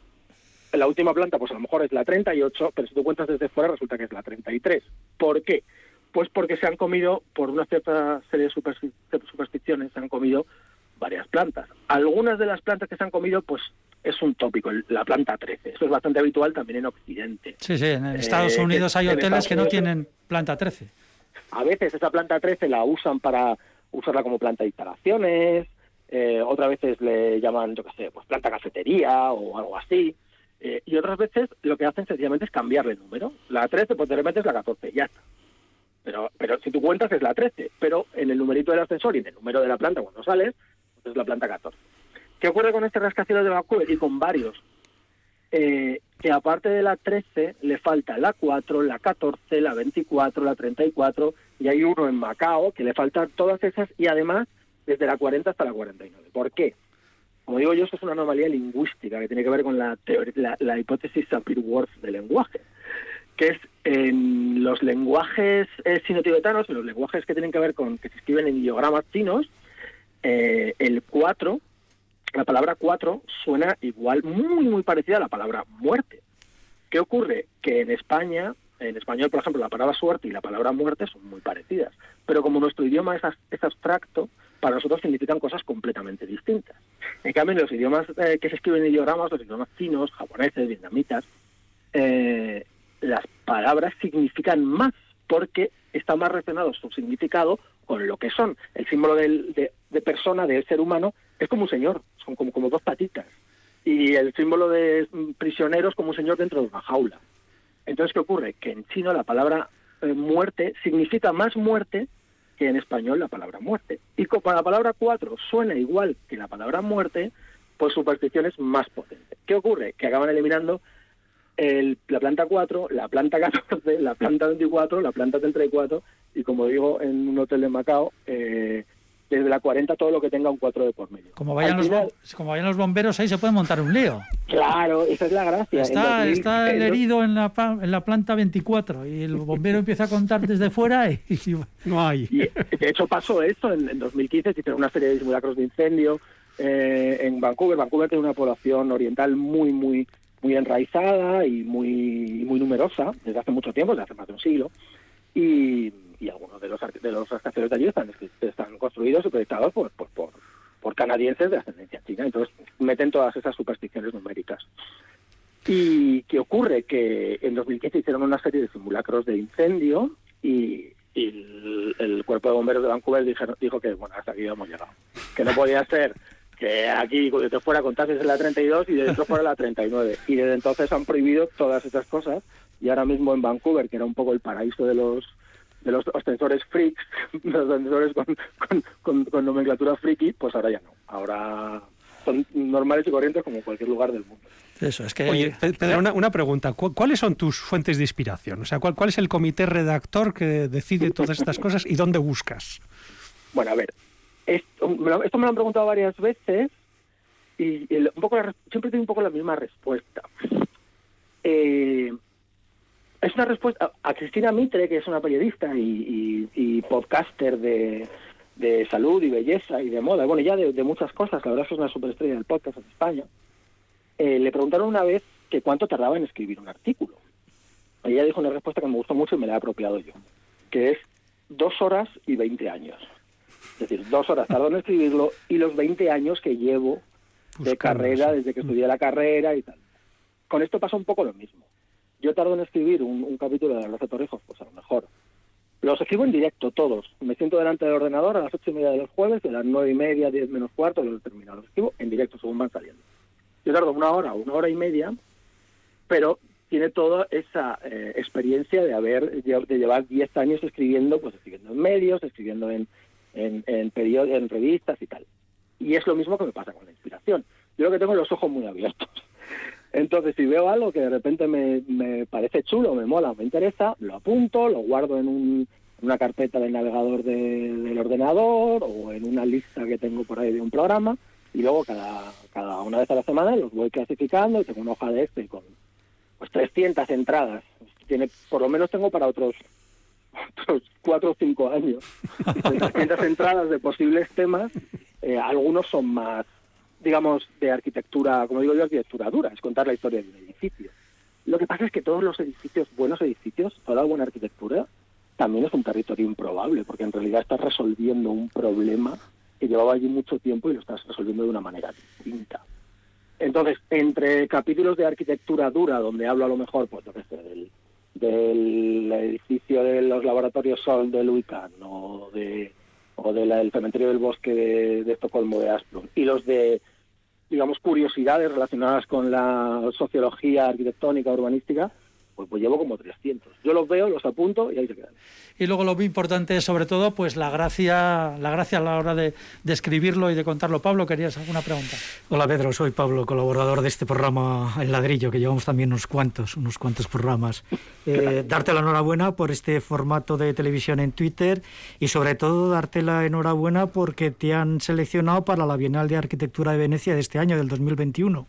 la última planta pues a lo mejor es la treinta y ocho, pero si tú cuentas desde fuera resulta que es la treinta y tres. ¿Por qué? Pues porque se han comido, por una cierta serie de supersticiones, se han comido varias plantas. Algunas de las plantas que se han comido, pues es un tópico, la planta trece. Eso es bastante habitual también en Occidente. Sí, sí, en Estados eh, Unidos hay hoteles Estados que no Unidos, tienen planta trece. A veces esa planta trece la usan para usarla como planta de instalaciones, eh, otras veces le llaman, yo qué sé, pues planta cafetería o algo así. Eh, y otras veces lo que hacen sencillamente es cambiarle el número. La trece, pues de repente es la catorce, ya está. Pero, pero si tú cuentas es la trece, pero en el numerito del ascensor y en el número de la planta cuando sales, pues es la planta catorce. ¿Qué ocurre con este rascacielos de Vancouver y con varios? Eh, que aparte de la trece le falta la cuatro, la catorce, la veinticuatro, la treinta y cuatro, y hay uno en Macao que le faltan todas esas, y además desde la cuarenta hasta la cuarenta y nueve. ¿Por qué? Como digo yo, esto es una anomalía lingüística que tiene que ver con la, teoría, la, la hipótesis Sapir-Whorf del lenguaje, que es en los lenguajes eh, sino-tibetanos, en los lenguajes que tienen que ver con que se escriben en ideogramas chinos, eh, el cuatro, la palabra cuatro suena igual, muy, muy parecida a la palabra muerte. ¿Qué ocurre? Que en España, en español, por ejemplo, la palabra suerte y la palabra muerte son muy parecidas, pero como nuestro idioma es, es abstracto, para nosotros significan cosas completamente distintas. En cambio, en los idiomas eh, que se escriben en ideogramas, los idiomas chinos, japoneses, vietnamitas, eh, las palabras significan más porque está más relacionado su significado con lo que son. El símbolo del, de, de persona, del ser humano, es como un señor, son como, como dos patitas. Y el símbolo de prisionero es como un señor dentro de una jaula. Entonces, ¿qué ocurre? Que en chino la palabra eh, muerte significa más muerte que en español la palabra muerte. Y como la palabra cuatro suena igual que la palabra muerte, pues su superstición es más potente. ¿Qué ocurre? Que acaban eliminando el, la planta cuatro, la planta catorce, la planta veinticuatro, la planta treinta y cuatro, y como digo, en un hotel de Macao, eh, desde la cuarenta todo lo que tenga un cuatro de por medio. Como vayan, los, final, como vayan los bomberos, ahí se puede montar un lío. Claro, esa es la gracia. Está, dos mil, está el herido en la, en la planta veinticuatro y el bombero empieza a contar desde fuera y, y no hay. Y, de hecho pasó esto, en, en dos mil quince se hicieron una serie de simulacros de incendio eh, en Vancouver. Vancouver tiene una población oriental muy, muy muy enraizada y muy muy numerosa desde hace mucho tiempo, desde hace más de un siglo, y, y algunos de los de los rascacielos de allí están, están construidos y proyectados por, por, por, por canadienses de ascendencia china, entonces meten todas esas supersticiones numéricas. ¿Y qué ocurre? Que en dos mil quince hicieron una serie de simulacros de incendio y, y el, el cuerpo de bomberos de Vancouver dijeron, dijo que bueno, hasta aquí hemos llegado, que no podía ser que aquí desde fuera contases en la treinta y dos y de dentro fuera la treinta y nueve. Y desde entonces han prohibido todas esas cosas, y ahora mismo en Vancouver, que era un poco el paraíso de los de los ascensores freaks, de los ascensores con, con, con, con nomenclatura friki, pues ahora ya no. Ahora son normales y corrientes como en cualquier lugar del mundo. Eso, es que... Oye, Pedro, una, una pregunta. ¿Cuáles son tus fuentes de inspiración? O sea, ¿cuál, cuál es el comité redactor que decide todas estas cosas y dónde buscas? Bueno, a ver, esto, esto me lo han preguntado varias veces y, y un poco la, siempre tengo un poco la misma respuesta. Eh, es una respuesta a Cristina Mitre, que es una periodista y, y, y podcaster de, de salud y belleza y de moda, bueno, ya de, de muchas cosas. La verdad es que es una superestrella del podcast en España. Eh, le preguntaron una vez que cuánto tardaba en escribir un artículo. Ella dijo una respuesta que me gustó mucho y me la he apropiado yo, que es dos horas y veinte años. Es decir, dos horas tardó en escribirlo y los veinte años que llevo de Buscamos. carrera, desde que estudié la carrera y tal. Con esto pasa un poco lo mismo. Yo tardo en escribir un, un capítulo de Los Torrijos, pues a lo mejor. Los escribo en directo, todos. Me siento delante del ordenador a las ocho y media de los jueves, de las nueve y media, diez menos cuarto, los he terminado. Los escribo en directo, según van saliendo. Yo tardo una hora, una hora y media, pero tiene toda esa eh, experiencia de haber de llevar diez años escribiendo, pues escribiendo en medios, escribiendo en en en, period- en revistas y tal. Y es lo mismo que me pasa con la inspiración. Yo lo que tengo los ojos muy abiertos. Entonces, si veo algo que de repente me, me parece chulo, me mola, me interesa, lo apunto, lo guardo en un, una carpeta del navegador de, del ordenador o en una lista que tengo por ahí de un programa. Y luego cada, cada una vez a la semana los voy clasificando y tengo una hoja de Excel con pues trescientas entradas. Tiene, por lo menos tengo para otros, otros cuatro o cinco años. trescientas entradas de posibles temas. Eh, algunos son más, digamos, de arquitectura, como digo yo, arquitectura dura. Es contar la historia de un edificio. Lo que pasa es que todos los edificios, buenos edificios, toda la buena arquitectura, también es un territorio improbable, porque en realidad estás resolviendo un problema que llevaba allí mucho tiempo y lo estás resolviendo de una manera distinta. Entonces, entre capítulos de arquitectura dura, donde hablo a lo mejor, pues, lo que sé, del, del edificio de los laboratorios Sol de Luican o, de, o de la, del cementerio del bosque de, de Estocolmo de Asplund, y los de, digamos, curiosidades relacionadas con la sociología arquitectónica, urbanística, pues, pues llevo como trescientos. Yo los veo, los apunto y ahí se quedan. Y luego lo muy importante es, sobre todo, pues la gracia la gracia a la hora de, de escribirlo y de contarlo. Pablo, ¿querías alguna pregunta? Hola, Pedro, soy Pablo, colaborador de este programa El Ladrillo, que llevamos también unos cuantos, unos cuantos programas. Eh, darte la enhorabuena por este formato de televisión en Twitter y, sobre todo, darte la enhorabuena porque te han seleccionado para la Bienal de Arquitectura de Venecia de este año, del dos mil veintiuno.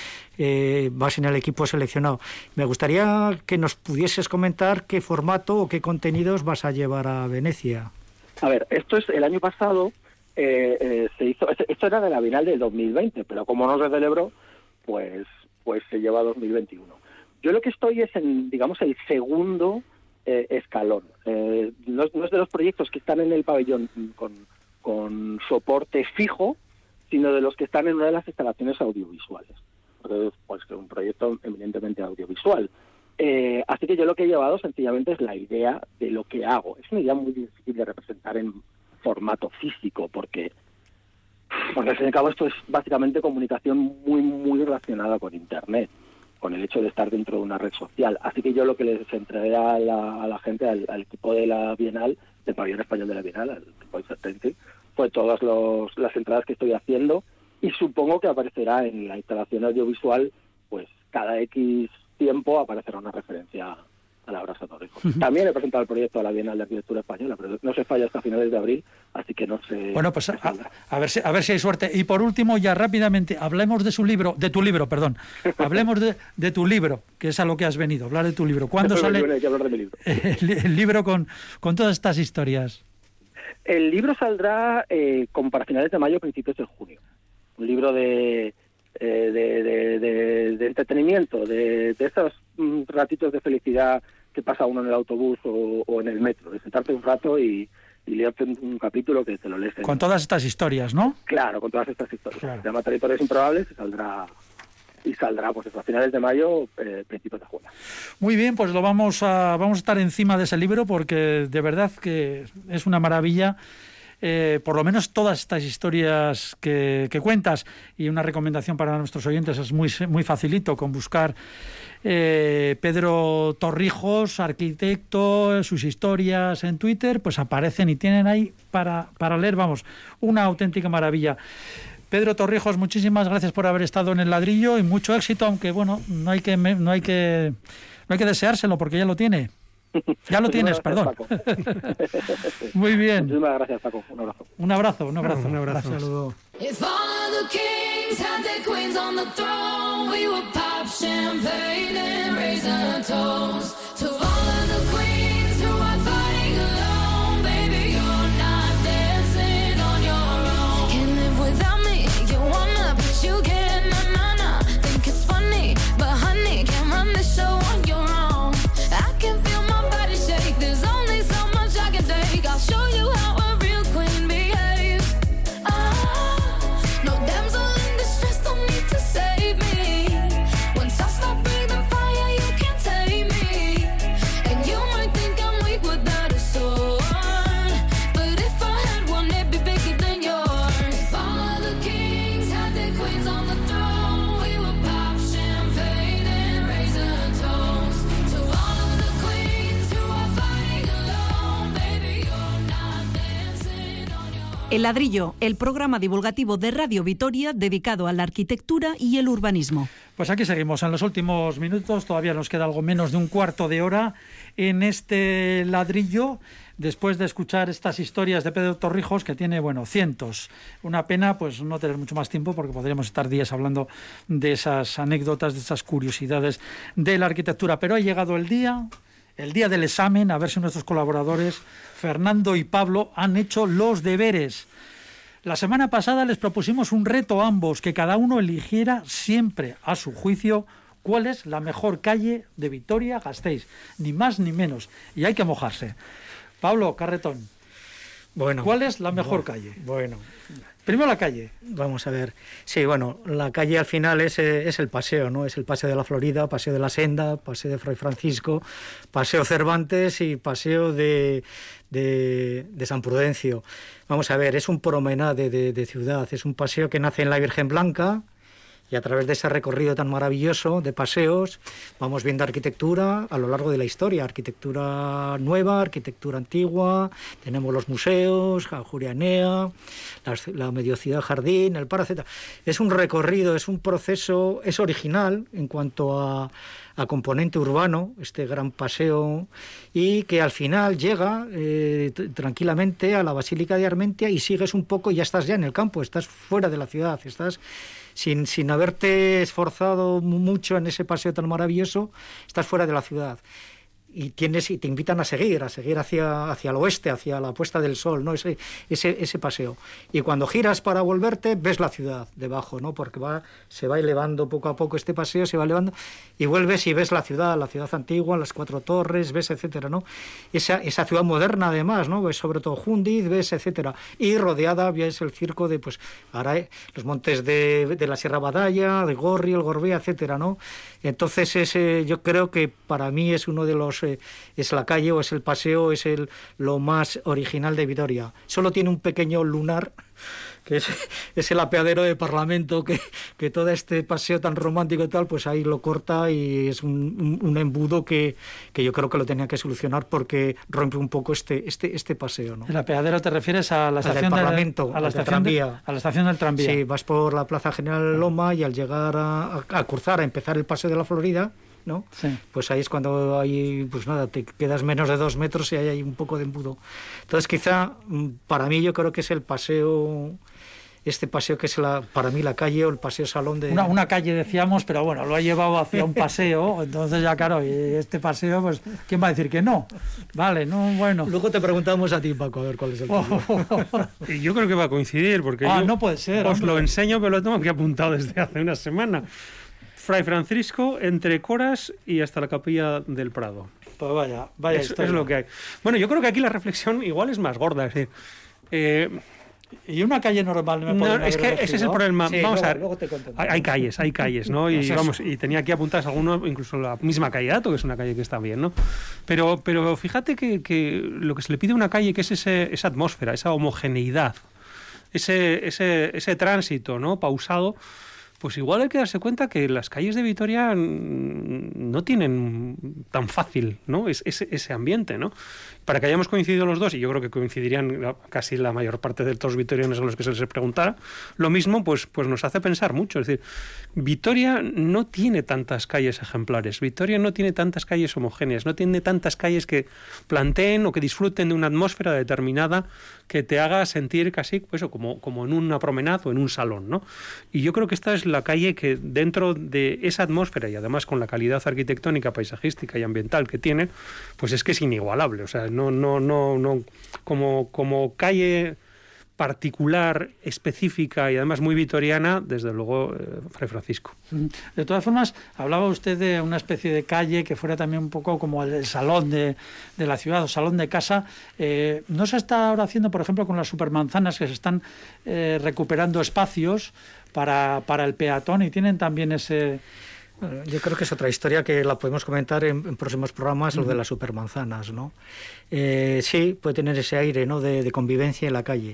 Eh, vas en el equipo seleccionado. Me gustaría que nos pudieses comentar qué formato o qué contenidos vas a llevar a Venecia. A ver, esto es el año pasado, eh, eh, se hizo, esto era de la Bienal del dos mil veinte, pero como no se celebró, pues, pues se lleva a dos mil veintiuno. Yo lo que estoy es en, digamos, el segundo eh, escalón. Eh, no, no es de los proyectos que están en el pabellón con, con soporte fijo, sino de los que están en una de las instalaciones audiovisuales. Pues que es un proyecto eminentemente audiovisual. Eh, así que yo lo que he llevado sencillamente es la idea de lo que hago. Es una idea muy difícil de representar en formato físico, porque, porque al fin y al cabo esto es básicamente comunicación muy, muy relacionada con Internet, con el hecho de estar dentro de una red social. Así que yo lo que les entregué a la, a la gente, al, al equipo de la Bienal, del pabellón español de la Bienal, al equipo de Sertensi, fue todas los, las entradas que estoy haciendo. Y supongo que aparecerá en la instalación audiovisual, pues cada X tiempo aparecerá una referencia a la Brasa Torrijos. Uh-huh. También he presentado el proyecto a la Bienal de Arquitectura Española, pero no se falla hasta finales de abril, así que no sé... Bueno, pues a, a, ver si, a ver si hay suerte. Y por último, ya rápidamente, hablemos de su libro, de tu libro, perdón. Hablemos de, de tu libro, que es a lo que has venido, hablar de tu libro. ¿Cuándo sale hay que hablar de mi libro. El, el libro con, con todas estas historias? El libro saldrá eh, como para finales de mayo, principios de junio. Un libro de, eh, de, de, de, de entretenimiento, de, de esos mm, ratitos de felicidad que pasa uno en el autobús o, o en el metro, de sentarte un rato y, y leerte un, un capítulo que te lo lees. En... Con todas estas historias, ¿no? Claro, con todas estas historias. Claro. Se llama Territorios Improbables y saldrá, y saldrá pues a finales de mayo, eh, principios de junio. Muy bien, pues lo vamos a, vamos a estar encima de ese libro porque de verdad que es una maravilla. Eh, por lo menos todas estas historias que, que cuentas, y una recomendación para nuestros oyentes es muy, muy facilito con buscar eh, Pedro Torrijos, arquitecto, sus historias en Twitter, pues aparecen y tienen ahí para, para leer, vamos, una auténtica maravilla. Pedro Torrijos, muchísimas gracias por haber estado en El Ladrillo y mucho éxito, aunque bueno, no hay que no hay que no hay que deseárselo porque ya lo tiene. Ya lo tienes, perdón. Muy bien. Muchísimas gracias, Paco. Un abrazo. Un abrazo, un abrazo. Un abrazo. Un saludo. If all of the kings had their queens on the throne, we would pop champagne and raise a toast to all of the queens who are fighting alone. Baby, you're not dancing on your own. Can't live without me, you wanna, but you can't, na na na. Think it's funny, but honey, can't run the show on your own. I can feel my body shake, there's only so much I can take. I'll show you how a real queen behaves. Ah, no damsel in distress, don't need to save me. Once I start breathing fire, you can't take me. And you might think I'm weak without a sword, but if I had one, it'd be bigger than yours. If all of the kings had their queens on the throne, we would pop champagne and raise a toast to all of the queens who are fighting alone. Baby, you're not dancing on your own. El Ladrillo, el programa divulgativo de Radio Vitoria dedicado a la arquitectura y el urbanismo. Pues aquí seguimos en los últimos minutos, todavía nos queda algo menos de un cuarto de hora en este Ladrillo, después de escuchar estas historias de Pedro Torrijos, que tiene, bueno, cientos. Una pena pues no tener mucho más tiempo, porque podríamos estar días hablando de esas anécdotas, de esas curiosidades de la arquitectura. Pero ha llegado el día, el día del examen, a ver si nuestros colaboradores, Fernando y Pablo, han hecho los deberes. La semana pasada les propusimos un reto a ambos, que cada uno eligiera siempre, a su juicio, cuál es la mejor calle de Vitoria-Gasteiz, ni más ni menos, y hay que mojarse. Pablo Carretón, Bueno, ¿cuál es la mejor bueno, calle? Bueno, Primero la calle. vamos a ver. Sí, bueno, la calle al final es, eh, es el paseo, ¿no? Es el Paseo de la Florida, Paseo de la Senda, Paseo de Fray Francisco, Paseo Cervantes y Paseo de, de, de San Prudencio. Vamos a ver, es un promenade de, de ciudad, es un paseo que nace en la Virgen Blanca, y a través de ese recorrido tan maravilloso de paseos vamos viendo arquitectura a lo largo de la historia, arquitectura nueva, arquitectura antigua, tenemos los museos, Ajuria Enea, la, la Mediocidad Jardín, el Paro, etcétera. Es un recorrido, es un proceso, es original en cuanto a, a componente urbano, este gran paseo, y que al final llega eh, t- tranquilamente a la Basílica de Armentia y sigues un poco y ya estás ya en el campo, estás fuera de la ciudad, estás sin, sin haberte esforzado mucho en ese paseo tan maravilloso, estás fuera de la ciudad. Y tienes y te invitan a seguir, a seguir hacia, hacia el oeste, hacia la puesta del sol, ¿no? Ese, ese, ese paseo. Y cuando giras para volverte, ves la ciudad debajo, ¿no? Porque va, se va elevando poco a poco este paseo, se va elevando, y vuelves y ves la ciudad, la ciudad antigua, las cuatro torres, ves, etcétera, ¿no? Esa, esa ciudad moderna, además, ¿no? Ves sobre todo Jundiz, ves, etcétera. Y rodeada ves el circo de, pues, ahora eh, los montes de, de la Sierra Badalla, de Gorri, el Gorbea, etcétera, ¿no? Entonces, ese, yo creo que para mí es uno de los eh, es la calle o es el paseo, es el lo más original de Vitoria. Solo tiene un pequeño lunar, que es, es el apeadero de Parlamento, que, que todo este paseo tan romántico y tal, pues ahí lo corta, y es un, un, un embudo que, que yo creo que lo tenía que solucionar, porque rompe un poco este, este, este paseo, ¿no? ¿El apeadero te refieres a la Al estación del del Parlamento, a la al del estación de- tranvía. a la estación del tranvía? Sí, vas por la Plaza General Loma y al llegar a, a, a cruzar, a empezar el Paseo de la Florida, ¿no? Sí. Pues ahí es cuando hay, pues nada, te quedas menos de dos metros y ahí hay un poco de embudo. Entonces quizá, mm, para mí yo creo que es el paseo, este paseo que es la, para mí la calle o el paseo salón de... Una, una calle decíamos, pero bueno, lo ha llevado hacia un paseo, entonces ya claro, y este paseo, pues, ¿quién va a decir que no? Vale, no, bueno. Luego te preguntamos a ti, Paco, a ver cuál es el tuyo. Y yo creo que va a coincidir, porque Ah, yo no puede ser, os hombre. lo enseño, pero lo tengo aquí apuntado desde hace una semana. Fray Francisco, entre Coras y hasta la Capilla del Prado. Pues vaya, vaya Eso historia. es lo que hay. Bueno, yo creo que aquí la reflexión igual es más gorda. Es decir, eh, Y una calle normal me no, podrían es haber que ese es el elegido. problema. Sí, Vamos luego- a ver. luego te cuento. Hay, hay calles, hay calles, ¿no? Y Es eso. vamos, y tenía aquí apuntadas algunos, incluso la misma calle Dato, que es una calle que está bien, ¿no? Pero, pero fíjate que, que lo que se le pide a una calle, que es ese, esa atmósfera, esa homogeneidad, ese, ese, ese tránsito, ¿no? Pausado. Pues igual hay que darse cuenta que las calles de Vitoria mm, no tienen tan fácil, ¿no? Es, ese, ese ambiente, ¿no? Para que hayamos coincidido los dos, y yo creo que coincidirían casi la mayor parte de los vitorianos a los que se les preguntara, lo mismo, pues, pues nos hace pensar mucho. Es decir, Vitoria no tiene tantas calles ejemplares, Vitoria no tiene tantas calles homogéneas, no tiene tantas calles que planteen o que disfruten de una atmósfera determinada que te haga sentir casi pues, como, como en una promenada o en un salón, ¿no? Y yo creo que esta es la calle que dentro de esa atmósfera y además con la calidad arquitectónica, paisajística y ambiental que tiene, pues es que es inigualable. O sea, no, no, no, no, como, como calle particular, específica y además muy vitoriana, desde luego, eh, Fray Francisco. De todas formas, hablaba usted de una especie de calle que fuera también un poco como el salón de, de la ciudad o salón de casa. Eh, ¿No se está ahora haciendo, por ejemplo, con las supermanzanas, que se están eh, recuperando espacios para, para el peatón y tienen también ese... Bueno, yo creo que es otra historia que la podemos comentar en, en próximos programas, uh-huh. lo de las supermanzanas, ¿no? Eh, sí, puede tener ese aire, ¿no?, de, de convivencia en la calle.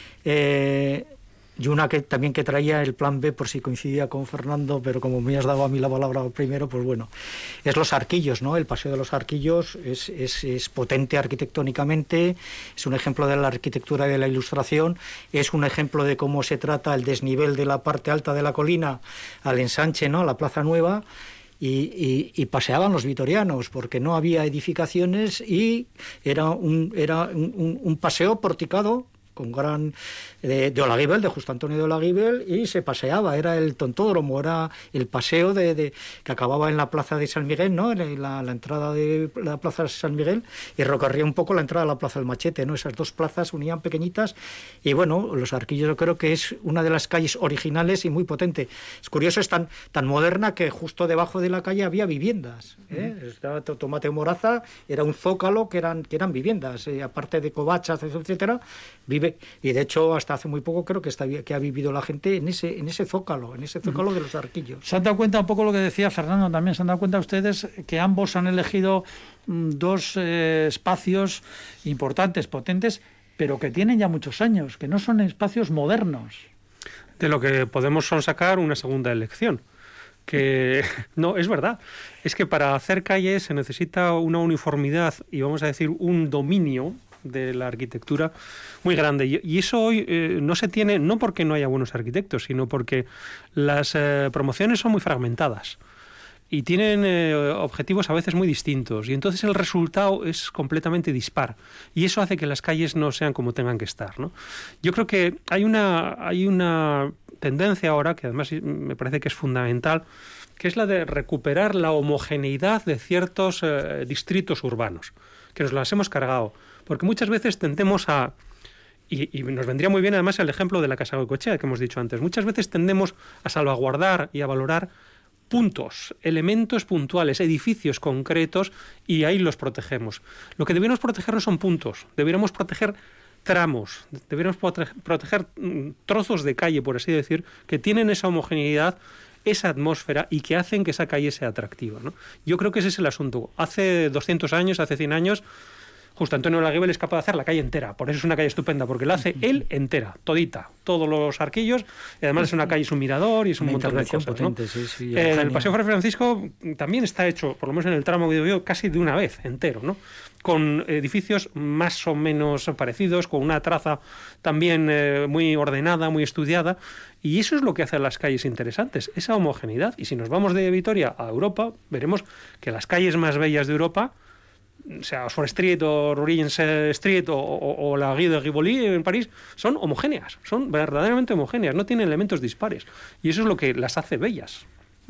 Eh, y una que también que traía el plan B, por si coincidía con Fernando, pero como me has dado a mí la palabra primero, pues bueno, es los Arquillos, ¿no? El Paseo de los Arquillos es, es, es potente arquitectónicamente, es un ejemplo de la arquitectura de la Ilustración, es un ejemplo de cómo se trata el desnivel de la parte alta de la colina al ensanche, ¿no?, la Plaza Nueva. Y, y, y paseaban los vitorianos porque no había edificaciones y era un, era un, un, un paseo porticado con gran de, de Olaguibel, de Justo Antonio de Olaguibel, y se paseaba, era el tontódromo, era el paseo de, de que acababa en la plaza de San Miguel, ¿no?, en la, la entrada de la plaza de San Miguel, y recorría un poco la entrada a la plaza del Machete, ¿no? Esas dos plazas unían pequeñitas, y bueno, los Arquillos yo creo que es una de las calles originales y muy potente. Es curioso, es tan, tan moderna que justo debajo de la calle había viviendas, ¿eh? Uh-huh. Estaba Tomate Moraza, era un zócalo que eran, que eran viviendas, eh, aparte de covachas, etcétera, vive. Y de hecho hasta hace muy poco creo que está que ha vivido la gente en ese en ese zócalo, en ese zócalo de los Arquillos. ¿Se han dado cuenta un poco lo que decía Fernando también? ¿Se han dado cuenta ustedes que ambos han elegido mm, dos eh, espacios importantes, potentes, pero que tienen ya muchos años, que no son espacios modernos? De lo que podemos son sacar una segunda elección. Que no, es verdad. Es que para hacer calles se necesita una uniformidad y vamos a decir un dominio de la arquitectura muy grande, y eso hoy eh, no se tiene, no porque no haya buenos arquitectos, sino porque las eh, promociones son muy fragmentadas y tienen eh, objetivos a veces muy distintos, y entonces el resultado es completamente dispar, y eso hace que las calles no sean como tengan que estar, ¿no? Yo creo que hay una, hay una tendencia ahora, que además me parece que es fundamental, que es la de recuperar la homogeneidad de ciertos eh, distritos urbanos, que nos las hemos cargado. Porque muchas veces tendemos a, y, y nos vendría muy bien además el ejemplo de la Casa Goicoechea que hemos dicho antes, muchas veces tendemos a salvaguardar y a valorar puntos, elementos puntuales, edificios concretos, y ahí los protegemos. Lo que deberíamos proteger no son puntos, deberíamos proteger tramos, deberíamos proteger trozos de calle, por así decir, que tienen esa homogeneidad, esa atmósfera y que hacen que esa calle sea atractiva, ¿no? Yo creo que ese es el asunto. Hace doscientos años, hace cien años, Justo Antonio de Olaguibel es capaz de hacer la calle entera, por eso es una calle estupenda, porque la hace él entera, todita, todos los Arquillos, y además es una calle, es un mirador y es un una montón de cosas, potente, ¿no? Sí, sí, eh, el Paseo Fray Francisco también está hecho, por lo menos en el tramo que yo casi de una vez, entero, ¿no? Con edificios más o menos parecidos, con una traza también eh, muy ordenada, muy estudiada, y eso es lo que hace a las calles interesantes, esa homogeneidad. Y si nos vamos de Vitoria a Europa, veremos que las calles más bellas de Europa, o sea Oxford Street o Regent Street o, o, o la Rue de Rivoli en París, son homogéneas, son verdaderamente homogéneas, no tienen elementos dispares, y eso es lo que las hace bellas.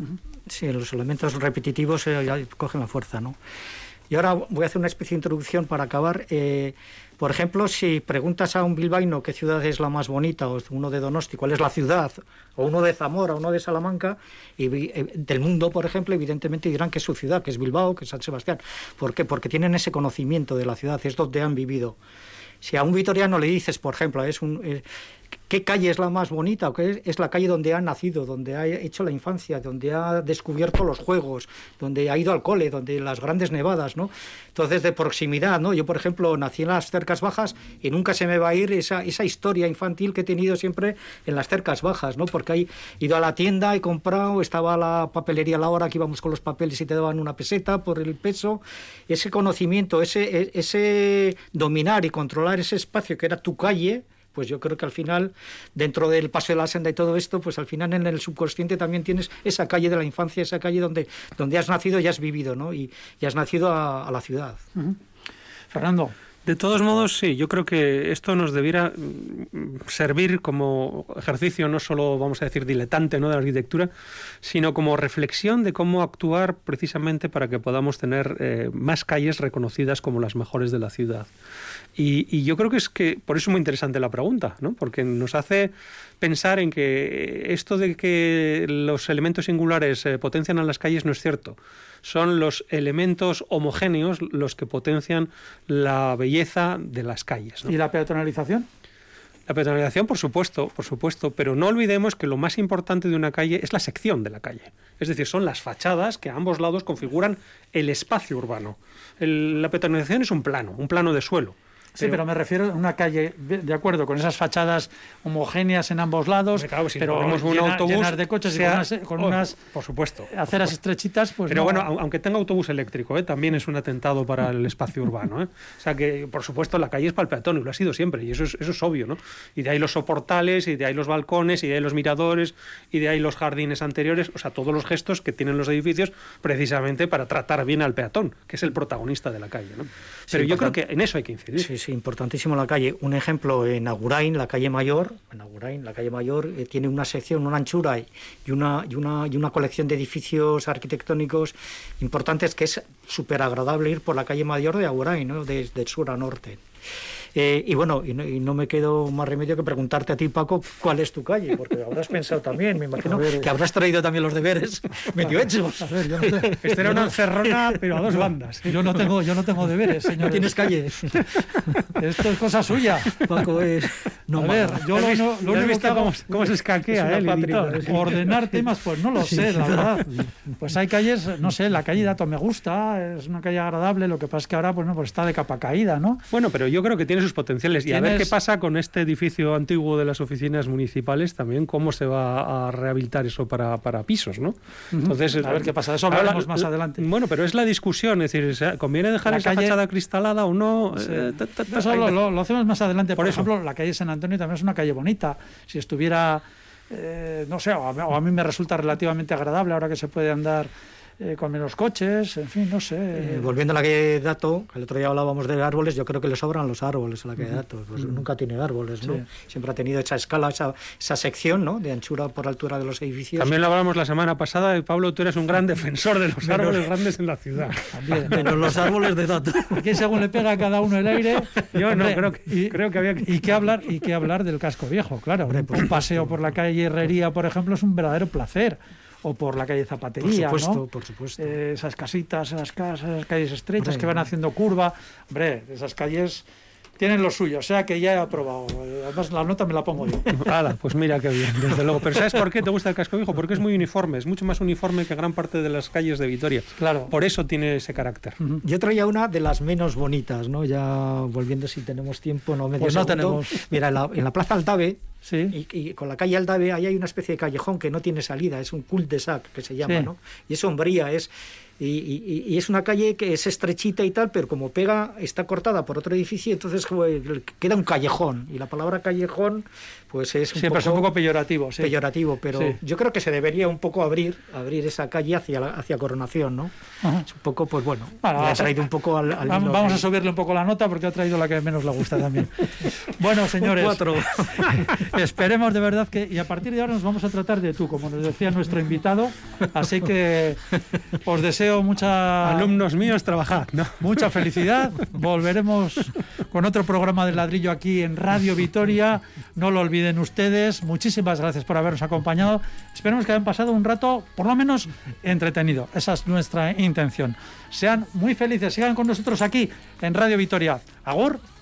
Sí, los elementos repetitivos eh, ya cogen la fuerza, ¿no? Y ahora voy a hacer una especie de introducción para acabar. Eh, por ejemplo, si preguntas a un bilbaíno qué ciudad es la más bonita, o uno de Donosti, cuál es la ciudad, o uno de Zamora, o uno de Salamanca, y eh, del mundo, por ejemplo, evidentemente dirán que es su ciudad, que es Bilbao, que es San Sebastián. ¿Por qué? Porque tienen ese conocimiento de la ciudad, es donde han vivido. Si a un vitoriano le dices, por ejemplo, es un... Eh, ¿qué calle es la más bonita? ¿Qué es la calle donde ha nacido, donde ha hecho la infancia, donde ha descubierto los juegos, donde ha ido al cole, donde las grandes nevadas, ¿no? Entonces, de proximidad, ¿no? Yo, por ejemplo, nací en las, cercas bajas y nunca se me va a ir esa, esa historia infantil que he tenido siempre en las cercas bajas, ¿no? Porque he ido a la tienda, he comprado, estaba la papelería a la hora que íbamos con los papeles y te daban una peseta por el peso. Ese conocimiento, ese, ese dominar y controlar ese espacio que era tu calle, pues yo creo que al final, dentro del Paseo de la Senda y todo esto, pues al final en el subconsciente también tienes esa calle de la infancia, esa calle donde, donde has nacido y has vivido, ¿no? Y, y has nacido a, a la ciudad. Uh-huh. Fernando. De todos modos, sí, yo creo que esto nos debiera servir como ejercicio, no solo, vamos a decir, diletante, ¿no?, de la arquitectura, sino como reflexión de cómo actuar precisamente para que podamos tener eh, más calles reconocidas como las mejores de la ciudad. Y, y yo creo que es que, por eso es muy interesante la pregunta, ¿no?, porque nos hace pensar en que esto de que los elementos singulares eh, potencian a las calles no es cierto. Son los elementos homogéneos los que potencian la belleza de las calles, ¿no? ¿Y la peatonalización? La peatonalización, por supuesto, por supuesto, pero no olvidemos que lo más importante de una calle es la sección de la calle. Es decir, son las fachadas que a ambos lados configuran el espacio urbano. El, la peatonalización es un plano, un plano de suelo. Sí, pero, pero me refiero a una calle, de acuerdo, con esas fachadas homogéneas en ambos lados, claro, si pero ponemos un llena, autobús llenas de coches sea, y con unas, con oh, unas por supuesto, aceras por estrechitas, pues pero no. bueno, aunque tenga autobús eléctrico, ¿eh? también es un atentado para el espacio urbano, ¿eh? O sea que, por supuesto, la calle es para el peatón y lo ha sido siempre, y eso es, eso es obvio, ¿no? Y de ahí los soportales, y de ahí los balcones, y de ahí los miradores, y de ahí los jardines anteriores, o sea, todos los gestos que tienen los edificios precisamente para tratar bien al peatón, que es el protagonista de la calle, ¿no? Pero sí, yo creo que en eso hay que incidir. Sí, sí, importantísimo la calle. Un ejemplo, en Agurain, la calle Mayor, en Agurain, la calle Mayor eh, tiene una sección, una anchura y una, y, una, y una colección de edificios arquitectónicos importantes que es súper agradable ir por la calle Mayor de Agurain, ¿no?, de, de sur a norte. Eh, y bueno, y no, y no me quedo más remedio que preguntarte a ti, Paco, ¿cuál es tu calle? Porque habrás pensado también, me imagino, ver, que habrás traído también los deberes medio hechos. A ver, yo no te... Esta era una encerrona, pero a dos bandas. Yo no tengo, yo no tengo deberes, señor. No tienes calle. Esto es cosa suya. Paco es... No, a ver, yo lo, no, lo único que hago... Cómo, cómo se escaquea, ¿eh? El editor. Ordenar temas, pues no lo sí, sé, la verdad. Pues hay calles, no sé, la calle Dato me gusta, es una calle agradable, lo que pasa es que ahora pues no, pues está de capa caída, ¿no? Bueno, pero yo creo que tiene sus potenciales. Y a ver qué pasa con este edificio antiguo de las oficinas municipales también, cómo se va a rehabilitar eso para, para pisos, ¿no? Entonces, a ver qué pasa, de eso hablaremos habla, más adelante. Bueno, pero es la discusión, es decir, ¿conviene dejar la esa calle... fachada cristalada o no? Sí. Eh, ta, ta, ta, eso lo, lo, lo hacemos más adelante. Por, Por ejemplo, la calle San Antonio también es una calle bonita. Si estuviera, eh, no sé, o a, o a mí me resulta relativamente agradable ahora que se puede andar Eh, con menos coches, en fin, no sé. Eh, volviendo a la calle Dato, el otro día hablábamos de árboles, yo creo que le sobran los árboles a la calle uh-huh. Dato, pues uh-huh. nunca tiene árboles, ¿no? Sí. Siempre ha tenido esa escala, esa, esa sección, ¿no?, de anchura por altura de los edificios. También lo hablamos la semana pasada, y Pablo, tú eres un gran defensor de los árboles grandes en la ciudad. También, menos los árboles de Dato. Porque según le pega a cada uno el aire... Yo no, creo que, y, creo que había que... Y qué hablar, y qué hablar del casco viejo, claro. Hombre, un, un paseo por la calle Herrería, por ejemplo, es un verdadero placer. O por la calle Zapatería, por supuesto, ¿no? Por supuesto, eh, esas casitas, esas casas, esas calles estrechas hombre, que van haciendo curva. Hombre, esas calles tienen lo suyo, o sea que ya he aprobado. Además, la nota me la pongo yo. Hala, pues mira qué bien, desde luego. Pero ¿sabes por qué te gusta el casco viejo? Porque es muy uniforme, es mucho más uniforme que gran parte de las calles de Vitoria. Claro. Por eso tiene ese carácter. Uh-huh. Yo traía una de las menos bonitas, ¿no? Ya volviendo, si tenemos tiempo, no medio Pues no segundo. tenemos. Mira, en la, en la Plaza Aldave, sí. y, y con la calle Aldave, ahí hay una especie de callejón que no tiene salida, es un cul-de-sac que se llama, sí. ¿no? Y es sombría, es... Y, y, y es una calle que es estrechita y tal, pero como pega, está cortada por otro edificio, entonces queda un callejón. Y la palabra callejón, pues es un, sí, poco, es un poco peyorativo. Sí. Peyorativo, pero sí. yo creo que se debería un poco abrir abrir esa calle hacia la, hacia Coronación, ¿no? Uh-huh. Es un poco, pues bueno, bueno le ha traído un poco al... al vamos vamos a subirle un poco la nota porque ha traído la que menos le gusta también. Bueno, señores, cuatro. Esperemos de verdad que... Y a partir de ahora nos vamos a tratar de tú, como nos decía nuestro invitado. Así que os deseo mucha... Alumnos míos, trabajad, ¿no? Mucha felicidad. Volveremos con otro programa de Ladrillo aquí en Radio Vitoria. No lo olviden ustedes. Muchísimas gracias por habernos acompañado. Esperemos que hayan pasado un rato, por lo menos, entretenido. Esa es nuestra intención. Sean muy felices. Sigan con nosotros aquí en Radio Vitoria. Agur.